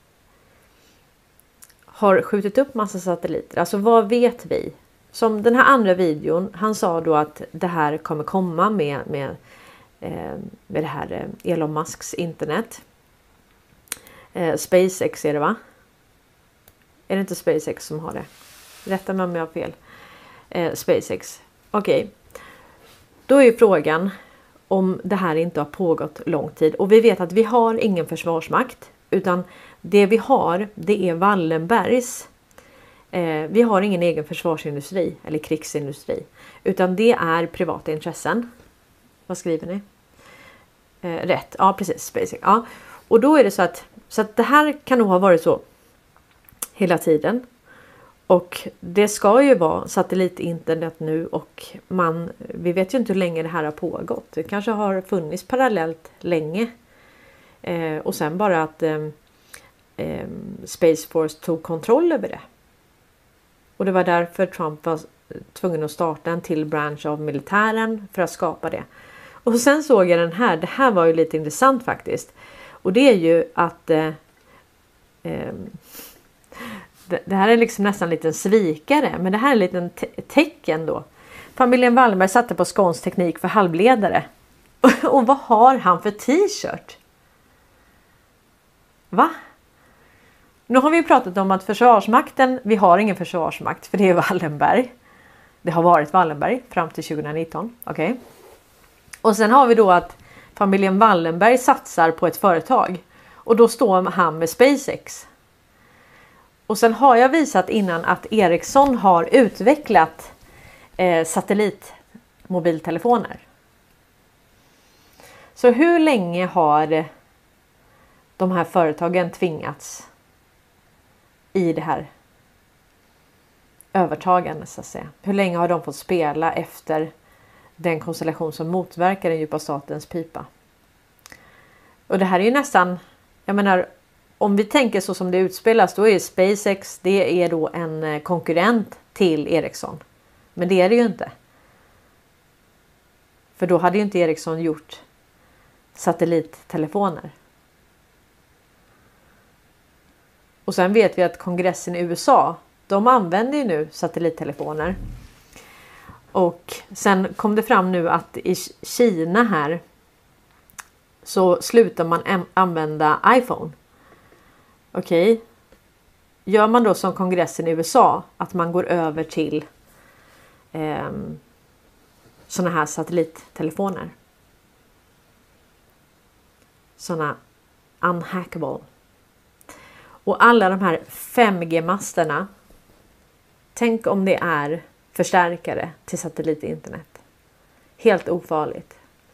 har skjutit upp massa satelliter? Alltså vad vet vi? Som den här andra videon, han sa då att det här kommer komma med, med, eh, med det här Elon Musks internet. Eh, SpaceX är det, va? Är det inte SpaceX som har det? Rätta mig om jag har fel. Eh, SpaceX. Okej. Okay. Då är ju frågan om det här inte har pågått lång tid. Och vi vet att vi har ingen försvarsmakt. Utan det vi har, det är Wallenbergs. Eh, vi har ingen egen försvarsindustri eller krigsindustri. Utan det är privata intressen. Vad skriver ni? Eh, rätt. Ja, precis. SpaceX. Ja. Och då är det så att, så att det här kan nog ha varit så hela tiden. Och det ska ju vara satellitinternet nu och man, vi vet ju inte hur länge det här har pågått. Det kanske har funnits parallellt länge. Eh, och sen bara att eh, eh, Space Force tog kontroll över det. Och det var därför Trump var tvungen att starta en till bransch av militären för att skapa det. Och sen såg jag den här, det här var ju lite intressant faktiskt. Och det är ju att eh, eh, det här är liksom nästan en liten svikare. Men det här är en liten te- tecken då. Familjen Wallenberg satte på skånsk teknik för halvledare. Och vad har han för t-shirt? Va? Nu har vi pratat om att försvarsmakten, vi har ingen försvarsmakt för det är Wallenberg. Det har varit Wallenberg fram till tjugonitton. Okej. Okay. Och sen har vi då att familjen Wallenberg satsar på ett företag. Och då står han med SpaceX. Och sen har jag visat innan att Ericsson har utvecklat eh, satellitmobiltelefoner. Så hur länge har de här företagen tvingats i det här övertagandet så att säga? Hur länge har de fått spela efter den konstellation som motverkar den djupa statens pipa? Och det här är ju nästan, jag menar, om vi tänker så som det utspelas, då är SpaceX, det är då en konkurrent till Ericsson. Men det är det ju inte. För då hade ju inte Ericsson gjort satellittelefoner. Och sen vet vi att kongressen i U S A, de använder ju nu satellittelefoner. Och sen kom det fram nu att i Kina här så slutar man använda iPhone. Okej. Okay. Gör man då som kongressen i U S A att man går över till eh, såna här satellittelefoner. Såna unhackable. Och alla de här fem G-masterna. Tänk om det är förstärkare till satellitinternet. Helt ofarligt.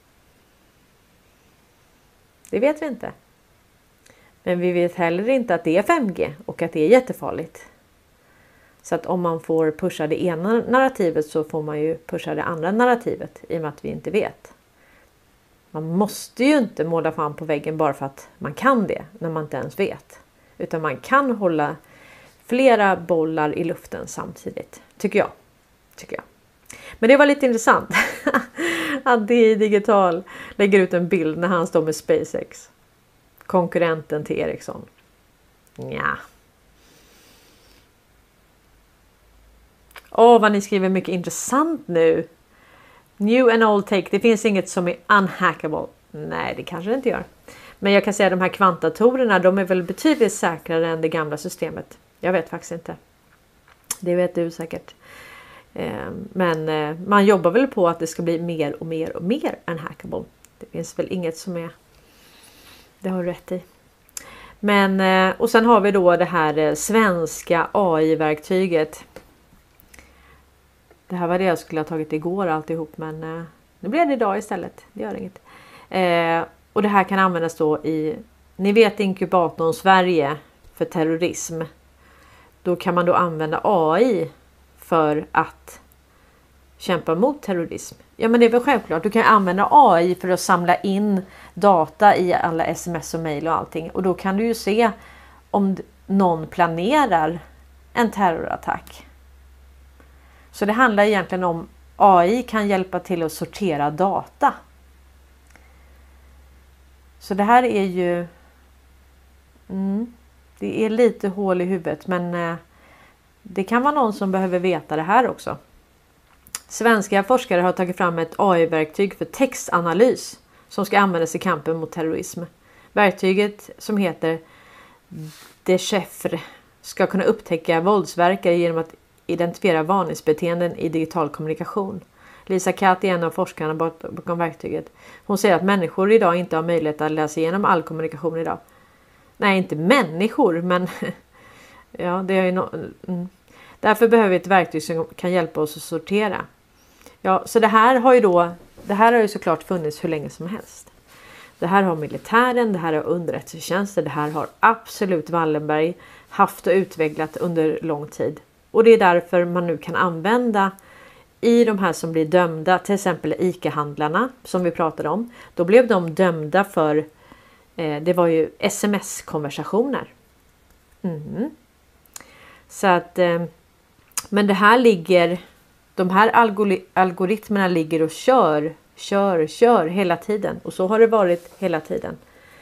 Det vet vi inte. Men vi vet heller inte att det är fem G och att det är jättefarligt. Så att om man får pusha det ena narrativet så får man ju pusha det andra narrativet i och med att vi inte vet. Man måste ju inte måla fan på väggen bara för att man kan det när man inte ens vet. Utan man kan hålla flera bollar i luften samtidigt. Tycker jag. Tycker jag. Men det var lite intressant. Att D I Digital lägger ut en bild när han står med SpaceX. Konkurrenten till Ericsson. Ja. Åh, vad ni skriver mycket intressant nu. New and old take. Det finns inget som är unhackable. Nej, det kanske det inte gör. Men jag kan säga att de här kvantdatorerna, de är väl betydligt säkrare än det gamla systemet. Jag vet faktiskt inte. Det vet du säkert. Men man jobbar väl på att det ska bli mer och mer och mer unhackable. Det finns väl inget som är... Det har du rätt i. Men, och sen har vi då det här svenska A I-verktyget. Det här var det jag skulle ha tagit igår alltihop. Men nu blir det idag istället. Det gör inget. Eh, och det här kan användas då i... Ni vet inkubatorn Sverige för terrorism. då kan man då använda A I för att kämpa mot terrorism. Ja, men det är väl självklart. Du kan använda A I för att samla in data i alla sms och mejl och allting. Och då kan du ju se om någon planerar en terrorattack. Så det handlar egentligen om A I kan hjälpa till att sortera data. Så det här är ju... Mm, det är lite hål i huvudet, men eh, det kan vara någon som behöver veta det här också. Svenska forskare har tagit fram ett A I-verktyg för textanalys som ska användas i kampen mot terrorism. Verktyget, som heter Dechiffre, ska kunna upptäcka våldsverkare genom att identifiera varningsbeteenden i digital kommunikation. Lisa Katt är en av forskarna bakom verktyget. Hon säger att människor idag inte har möjlighet att läsa igenom all kommunikation idag. Nej, inte människor, men ja, det är ju no... mm. Därför behöver vi ett verktyg som kan hjälpa oss att sortera. Ja, så det här har ju då, det här har ju såklart funnits hur länge som helst. Det här har militären, det här har underrättelsetjänster, det här har absolut Wallenberg haft och utvecklat under lång tid. Och det är därför man nu kan använda i de här som blir dömda, till exempel ICA-handlarna som vi pratade om. Då blev de dömda för, eh, det var ju sms-konversationer. Mm. Så att, eh, men det här ligger, de här algori- algoritmerna ligger och kör, kör, kör hela tiden. Och så har det varit hela tiden.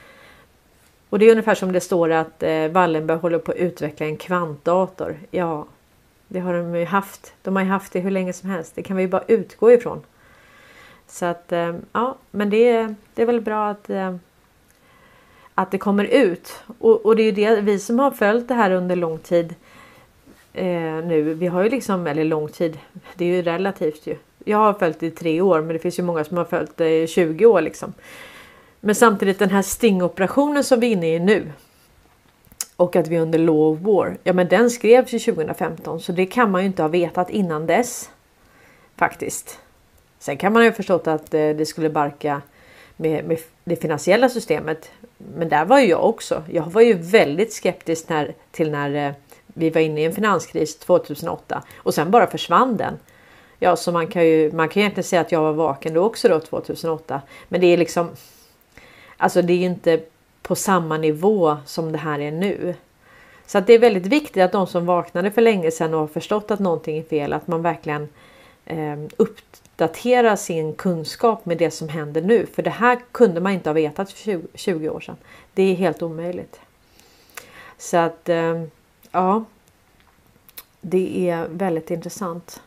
Och det är ungefär som det står att eh, Wallenberg håller på att utveckla en kvantdator. Ja, det har de ju haft. De har ju haft det hur länge som helst. Det kan vi ju bara utgå ifrån. Så att, eh, ja, men det, det är väl bra att, eh, att det kommer ut. Och, och det är ju det vi som har följt det här under lång tid eh, nu. Vi har ju liksom, eller lång tid, det är ju relativt ju. Jag har följt det i tre år, men det finns ju många som har följt det i tjugo år liksom. Men samtidigt den här stingoperationen som vi är inne i nu. Och att vi är under law of war. Ja, men den skrevs ju tjugo femton. Så det kan man ju inte ha vetat innan dess. Faktiskt. Sen kan man ju ha förstått att det skulle barka med, med det finansiella systemet. Men där var ju jag också. Jag var ju väldigt skeptisk när, till när vi var inne i en finanskris tjugohundraåtta. Och sen bara försvann den. Ja, så man kan ju man kan egentligen säga att jag var vaken då också då tjugohundraåtta. Men det är liksom... Alltså det är ju inte på samma nivå som det här är nu. Så att det är väldigt viktigt att de som vaknade för länge sedan och har förstått att någonting är fel, att man verkligen eh, uppdaterar sin kunskap med det som händer nu. För det här kunde man inte ha vetat för tjugo år sedan. Det är helt omöjligt. Så att eh, ja, det är väldigt intressant.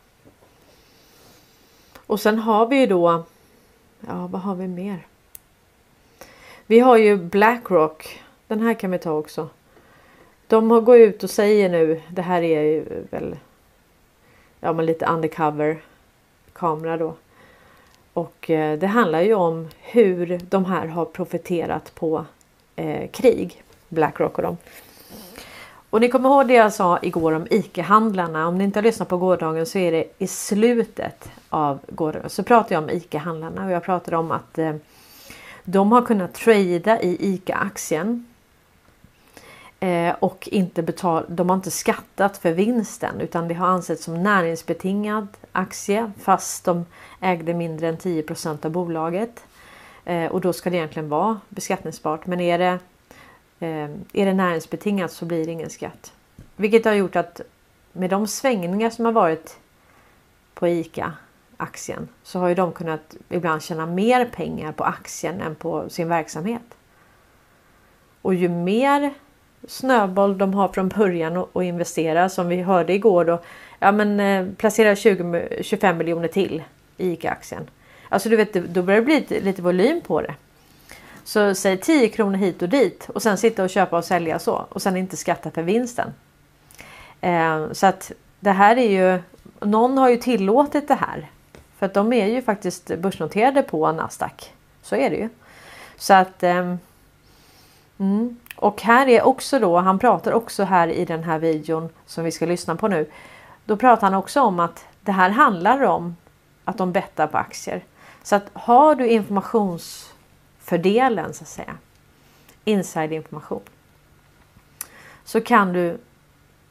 Och sen har vi ju då, ja vad har vi mer? Vi har ju BlackRock. Den här kan vi ta också. De har gått ut och säger nu. Det här är ju väl. Ja, men lite undercover kamera då. Och eh, det handlar ju om hur de här har profiterat på eh, krig. BlackRock och dem. Och ni kommer ihåg det jag sa igår om ICA-handlarna. Om ni inte har lyssnat på gårdagen så är det i slutet av gårdagen. Så pratar jag om ICA-handlarna. Och jag pratar om att. Eh, De har kunnat trada i ICA-aktien eh, och inte betal, de har inte skattat för vinsten utan det har ansetts som näringsbetingad aktie fast de ägde mindre än tio procent av bolaget. Eh, och då ska det egentligen vara beskattningsbart, men är det, eh, är det näringsbetingat så blir det ingen skatt. Vilket har gjort att med de svängningar som har varit på ICA aktien så har ju de kunnat ibland tjäna mer pengar på aktien än på sin verksamhet. Och ju mer snöboll de har från början och, och investera, som vi hörde igår då, ja men eh, placera tjugo till tjugofem miljoner till i ICA-aktien. Alltså du vet, då börjar det bli lite, lite volym på det. Så säg tio kronor hit och dit och sen sitta och köpa och sälja så och sen inte skatta för vinsten. Eh, så att det här är ju, någon har ju tillåtit det här. För att de är ju faktiskt börsnoterade på Nasdaq. Så är det ju. Så att... Eh, mm. Och här är också då, han pratar också här i den här videon som vi ska lyssna på nu. Då pratar han också om att det här handlar om att de bettar på aktier. Så att har du informationsfördelen så att säga. Inside information. Så kan du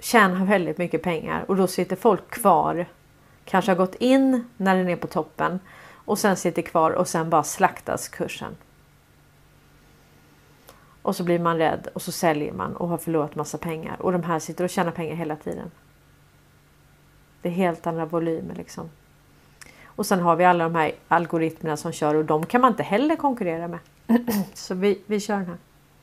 tjänar väldigt mycket pengar. Och då sitter folk kvar. Kanske har gått in när den är på toppen. Och sen sitter kvar och sen bara slaktas kursen. Och så blir man rädd och så säljer man och har förlorat massa pengar. Och de här sitter och tjänar pengar hela tiden. Det är helt andra volymer liksom. Och sen har vi alla de här algoritmerna som kör och de kan man inte heller konkurrera med. Så vi, vi kör den här.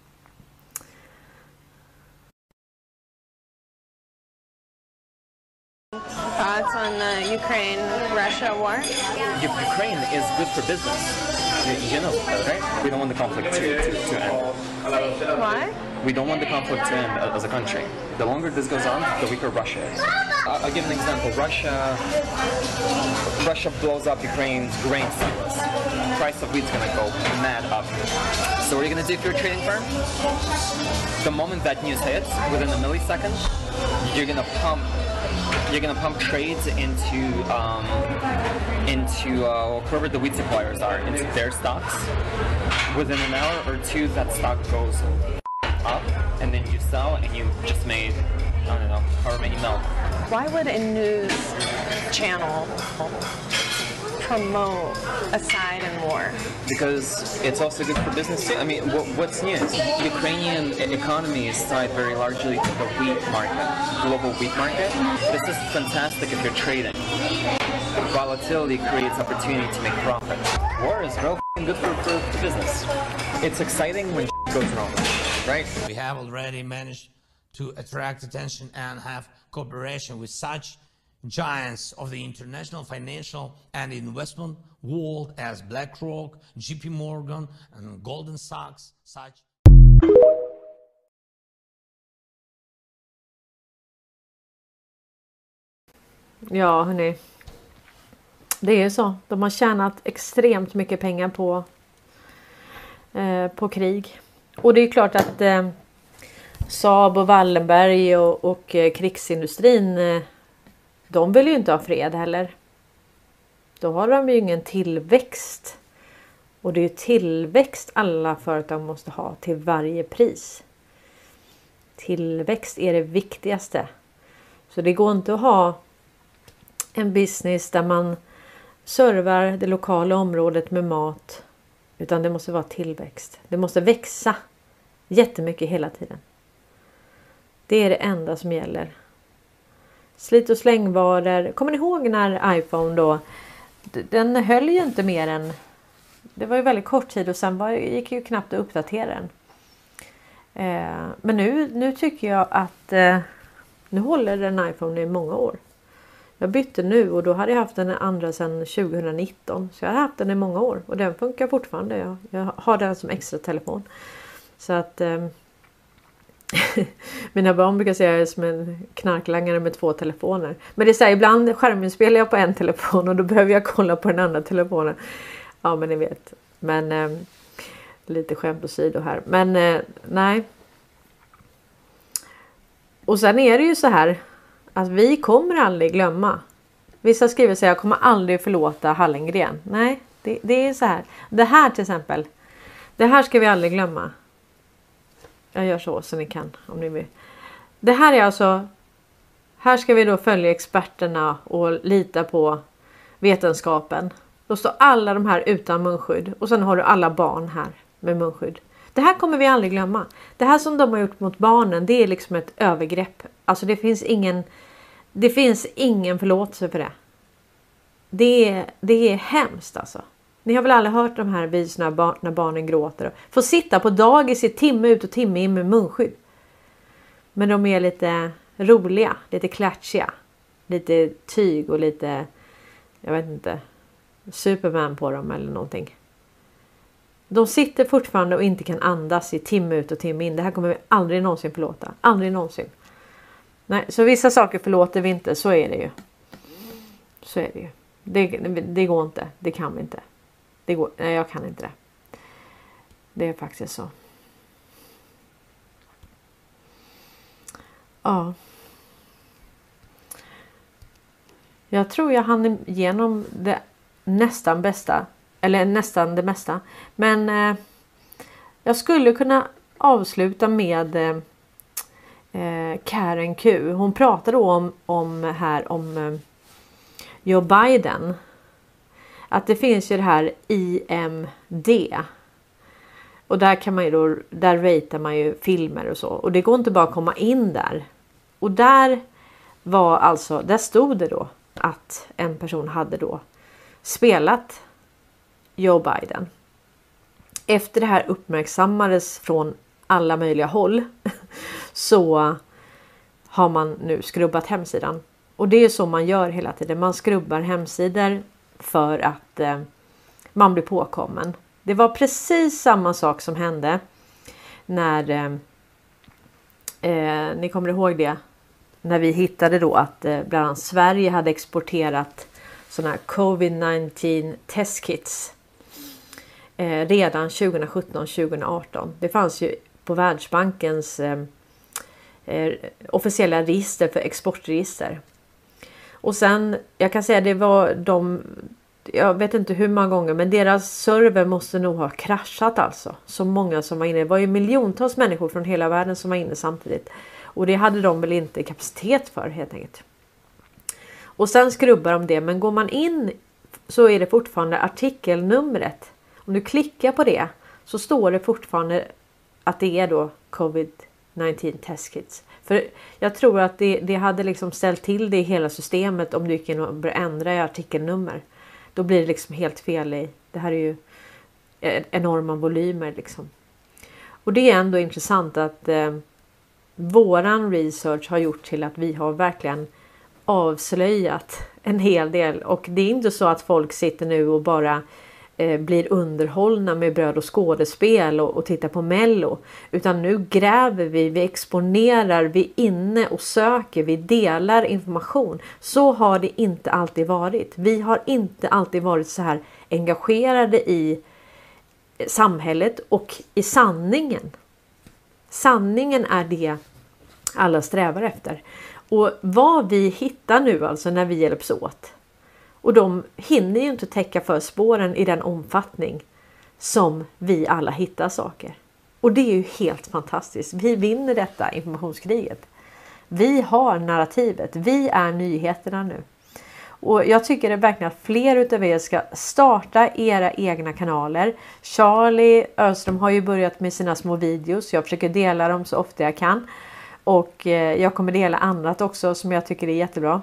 Thoughts on the Ukraine-Russia war? U- Ukraine is good for business. You, you know that, right? We don't want the conflict to, to, to end. Why? We don't want the conflict to end as a country. The longer this goes on, the weaker Russia is. I'll, I'll give an example. Russia, Russia blows up Ukraine's grain silos. Price of wheat's gonna go mad up. So what are you gonna do if you're a trading firm? The moment that news hits, within a millisecond, you're gonna pump. You're gonna pump trades into um, into uh, whoever the wheat suppliers are, into their stocks. Within an hour or two, that stock goes up, and then you sell, and you just made, I don't know, however many mil. Why would a news channel promote a side in war? Because it's also good for business too. I mean, what, what's news? Ukrainian economy is tied very largely to the wheat market, global wheat market. This is fantastic if you're trading. Volatility creates opportunity to make profit. War is real f***ing good for, for, for business. It's exciting when goes wrong, right? We have already managed to attract attention and have cooperation with such giants of the international financial and investment world as BlackRock, J P Morgan, and Goldman Sachs. Such. Ja, hörni. Det är ju så. De har tjänat extremt mycket pengar på, eh, på krig. Och det är klart att eh, Saab och Wallenberg och, och eh, krigsindustrin, eh, de vill ju inte ha fred heller. Då har de ju ingen tillväxt. Och det är ju tillväxt alla företag måste ha till varje pris. Tillväxt är det viktigaste. Så det går inte att ha en business där man servar det lokala området med mat. Utan det måste vara tillväxt. Det måste växa jättemycket hela tiden. Det är det enda som gäller. Slit- och slängvaror. Kommer ni ihåg när iPhone då? Den höll ju inte mer än... Det var ju väldigt kort tid och sen var, gick ju knappt att uppdatera den. Eh, men nu, nu tycker jag att... Eh, nu håller den iPhone i många år. Jag bytte nu och då hade jag haft den andra sedan tjugonitton. Så jag har haft den i många år. Och den funkar fortfarande. Jag, jag har den som extra telefon. Så att... Eh, mina barn brukar säga att jag är som en knarklangare med två telefoner. Men det är så här, ibland skärminspelar jag på en telefon och då behöver jag kolla på den andra telefonen. Ja, men ni vet. Men eh, lite skämt åsido här. Men eh, nej. Och sen är det ju så här att vi kommer aldrig glömma. Vissa skriver så här, jag kommer aldrig förlåta Hallengren. Nej, det, det är så här. Det här till exempel. Det här ska vi aldrig glömma. Jag gör så så ni kan om ni vill. Det här är alltså. Här ska vi då följa experterna och lita på vetenskapen. Då står alla de här utan munskydd. Och sen har du alla barn här med munskydd. Det här kommer vi aldrig glömma. Det här som de har gjort mot barnen, det är liksom ett övergrepp. Alltså det finns ingen. Det finns ingen förlåtelse för det. Det är, det är hemskt alltså. Ni har väl aldrig hört de här visorna bar- när barnen gråter. Får sitta på dagis i timme ut och timme in med munskydd. Men de är lite roliga, lite klatschiga. Lite tyg och lite, jag vet inte, Superman på dem eller någonting. De sitter fortfarande och inte kan andas i timme ut och timme in. Det här kommer vi aldrig någonsin förlåta. Aldrig någonsin. Nej, så vissa saker förlåter vi inte, så är det ju. Så är det ju. Det, det går inte, det kan vi inte. Det går, nej, jag kan inte det. Det är faktiskt så. Ja. Jag tror jag hann igenom det nästan bästa. Eller nästan det mesta. Men eh, jag skulle kunna avsluta med eh, eh, Karen Q. Hon pratade då om, om här om eh, Joe Biden. Att det finns ju det här I M D. Och där kan man ju då, där ratear man ju filmer och så. Och det går inte bara att komma in där. Och där var alltså, där stod det då att en person hade då spelat Joe Biden. Efter det här uppmärksammades från alla möjliga håll så har man nu skrubbat hemsidan. Och det är så man gör hela tiden. Man skrubbar hemsidor för att eh, man blir påkommen. Det var precis samma sak som hände när eh, eh, ni kommer ihåg det. När vi hittade då att eh, bland annat Sverige hade exporterat sådana här covid nitton testkits eh, redan tjugo sjutton tjugo arton. Det fanns ju på Världsbankens eh, eh, officiella register för exportregister. Och sen, jag kan säga det var de, jag vet inte hur många gånger, men deras server måste nog ha kraschat alltså. Så många som var inne, det var ju miljontals människor från hela världen som var inne samtidigt. Och det hade de väl inte kapacitet för helt enkelt. Och sen skrubbar de det, men går man in så är det fortfarande artikelnumret. Om du klickar på det så står det fortfarande att det är då covid nitton testkits. För jag tror att det, det hade liksom ställt till det i hela systemet om du gick in och började ändra i artikelnummer. Då blir det liksom helt fel i. Det här är ju enorma volymer liksom. Och det är ändå intressant att eh, våran research har gjort till att vi har verkligen avslöjat en hel del. Och det är inte så att folk sitter nu och bara eh, blir underhållna med bröd och skådespel och, och tittar på Mello. Utan nu gräver vi, vi exponerar, vi är inne och söker, vi delar information. Så har det inte alltid varit. Vi har inte alltid varit så här engagerade i samhället och i sanningen. Sanningen är det alla strävar efter. Och vad vi hittar nu alltså när vi hjälps åt. Och de hinner ju inte täcka för spåren i den omfattning som vi alla hittar saker. Och det är ju helt fantastiskt. Vi vinner detta informationskriget. Vi har narrativet. Vi är nyheterna nu. Och jag tycker det verkligen att fler utav er ska starta era egna kanaler. Charlie Öström har ju börjat med sina små videos. Jag försöker dela dem så ofta jag kan. Och jag kommer dela annat också som jag tycker är jättebra.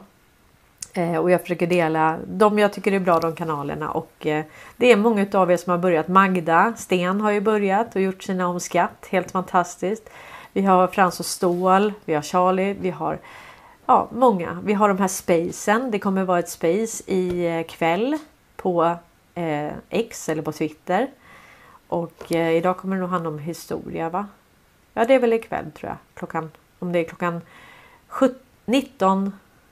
Och jag försöker dela de jag tycker är bra, de kanalerna. Och det är många av er som har börjat. Magda Sten har ju börjat och gjort sina om skatt. Helt fantastiskt. Vi har Frans och Stål. Vi har Charlie. Vi har ja, många. Vi har de här spacen. Det kommer vara ett space i kväll på eh, X eller på Twitter. Och eh, idag kommer det nog handla om historia, va? Ja, det är väl ikväll tror jag. Klockan, om det är klockan nitton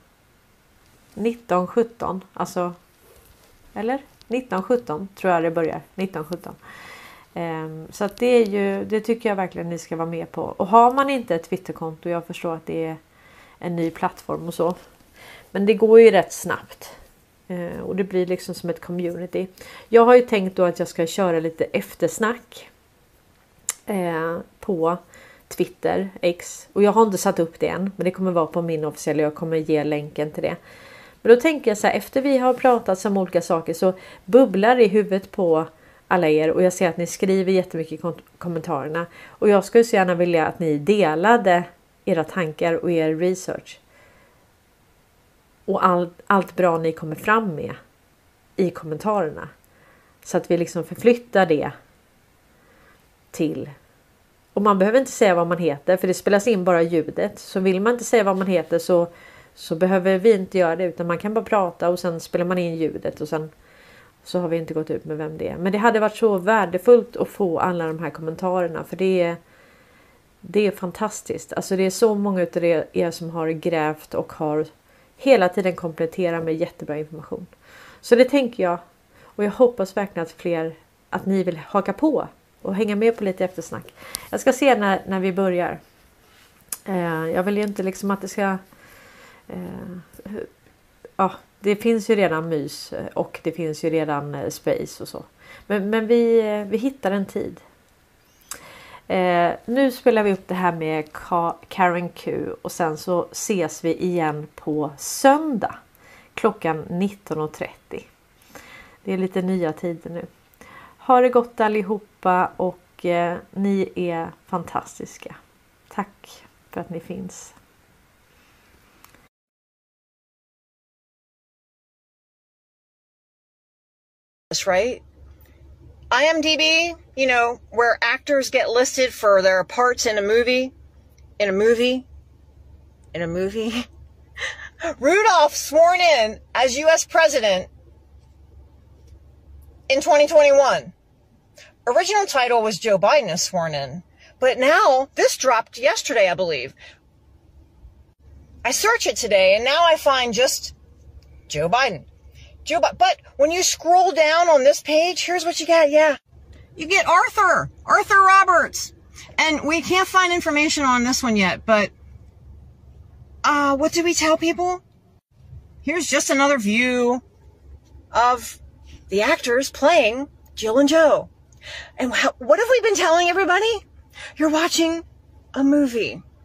sjutton. Alltså, eller? nitton sjutton tror jag det börjar. nitton sjutton. Um, så att det är ju, det tycker jag verkligen ni ska vara med på. Och har man inte ett Twitterkonto, jag förstår att det är en ny plattform och så. Men det går ju rätt snabbt. Uh, och det blir liksom som ett community. Jag har ju tänkt då att jag ska köra lite eftersnack. Uh, på Twitter, X. Och jag har inte satt upp det än. Men det kommer vara på min officiella. Jag kommer ge länken till det. Men då tänker jag så här. Efter vi har pratat om olika saker så bubblar det i huvudet på alla er. Och jag ser att ni skriver jättemycket i kom- kommentarerna. Och jag skulle så gärna vilja att ni delade era tankar och er research. Och all, allt bra ni kommer fram med i kommentarerna. Så att vi liksom förflyttar det till. Och man behöver inte säga vad man heter. För det spelas in bara ljudet. Så vill man inte säga vad man heter så, så behöver vi inte göra det. Utan man kan bara prata och sen spelar man in ljudet. Och sen så har vi inte gått ut med vem det är. Men det hade varit så värdefullt att få alla de här kommentarerna. För det är, det är fantastiskt. Alltså det är så många av er som har grävt och har hela tiden kompletterat med jättebra information. Så det tänker jag. Och jag hoppas verkligen att fler, att ni vill haka på. Och hänga med på lite eftersnack. Jag ska se när, när vi börjar. Eh, jag vill ju inte liksom att det ska... Eh, ja, det finns ju redan mys. Och det finns ju redan space och så. Men, men vi, vi hittar en tid. Eh, nu spelar vi upp det här med Ka- Karen Q och sen så ses vi igen på söndag klockan nitton och trettio. Det är lite nya tider nu. Ha det gott allihopa och eh, ni är fantastiska. Tack för att ni finns. Right? IMDb, you know, where actors get listed for their parts in a movie, in a movie, in a movie. Rudolph sworn in as U S president in twenty twenty-one. Original title was Joe Biden is sworn in, but now this dropped yesterday, I believe. I search it today and now I find just Joe Biden. Joe Biden. But when you scroll down on this page, here's what you got. Yeah. You get Arthur, Arthur Roberts. And we can't find information on this one yet, but uh, what do we tell people? Here's just another view of the actors playing Jill and Joe. And what have we been telling everybody? You're watching a movie.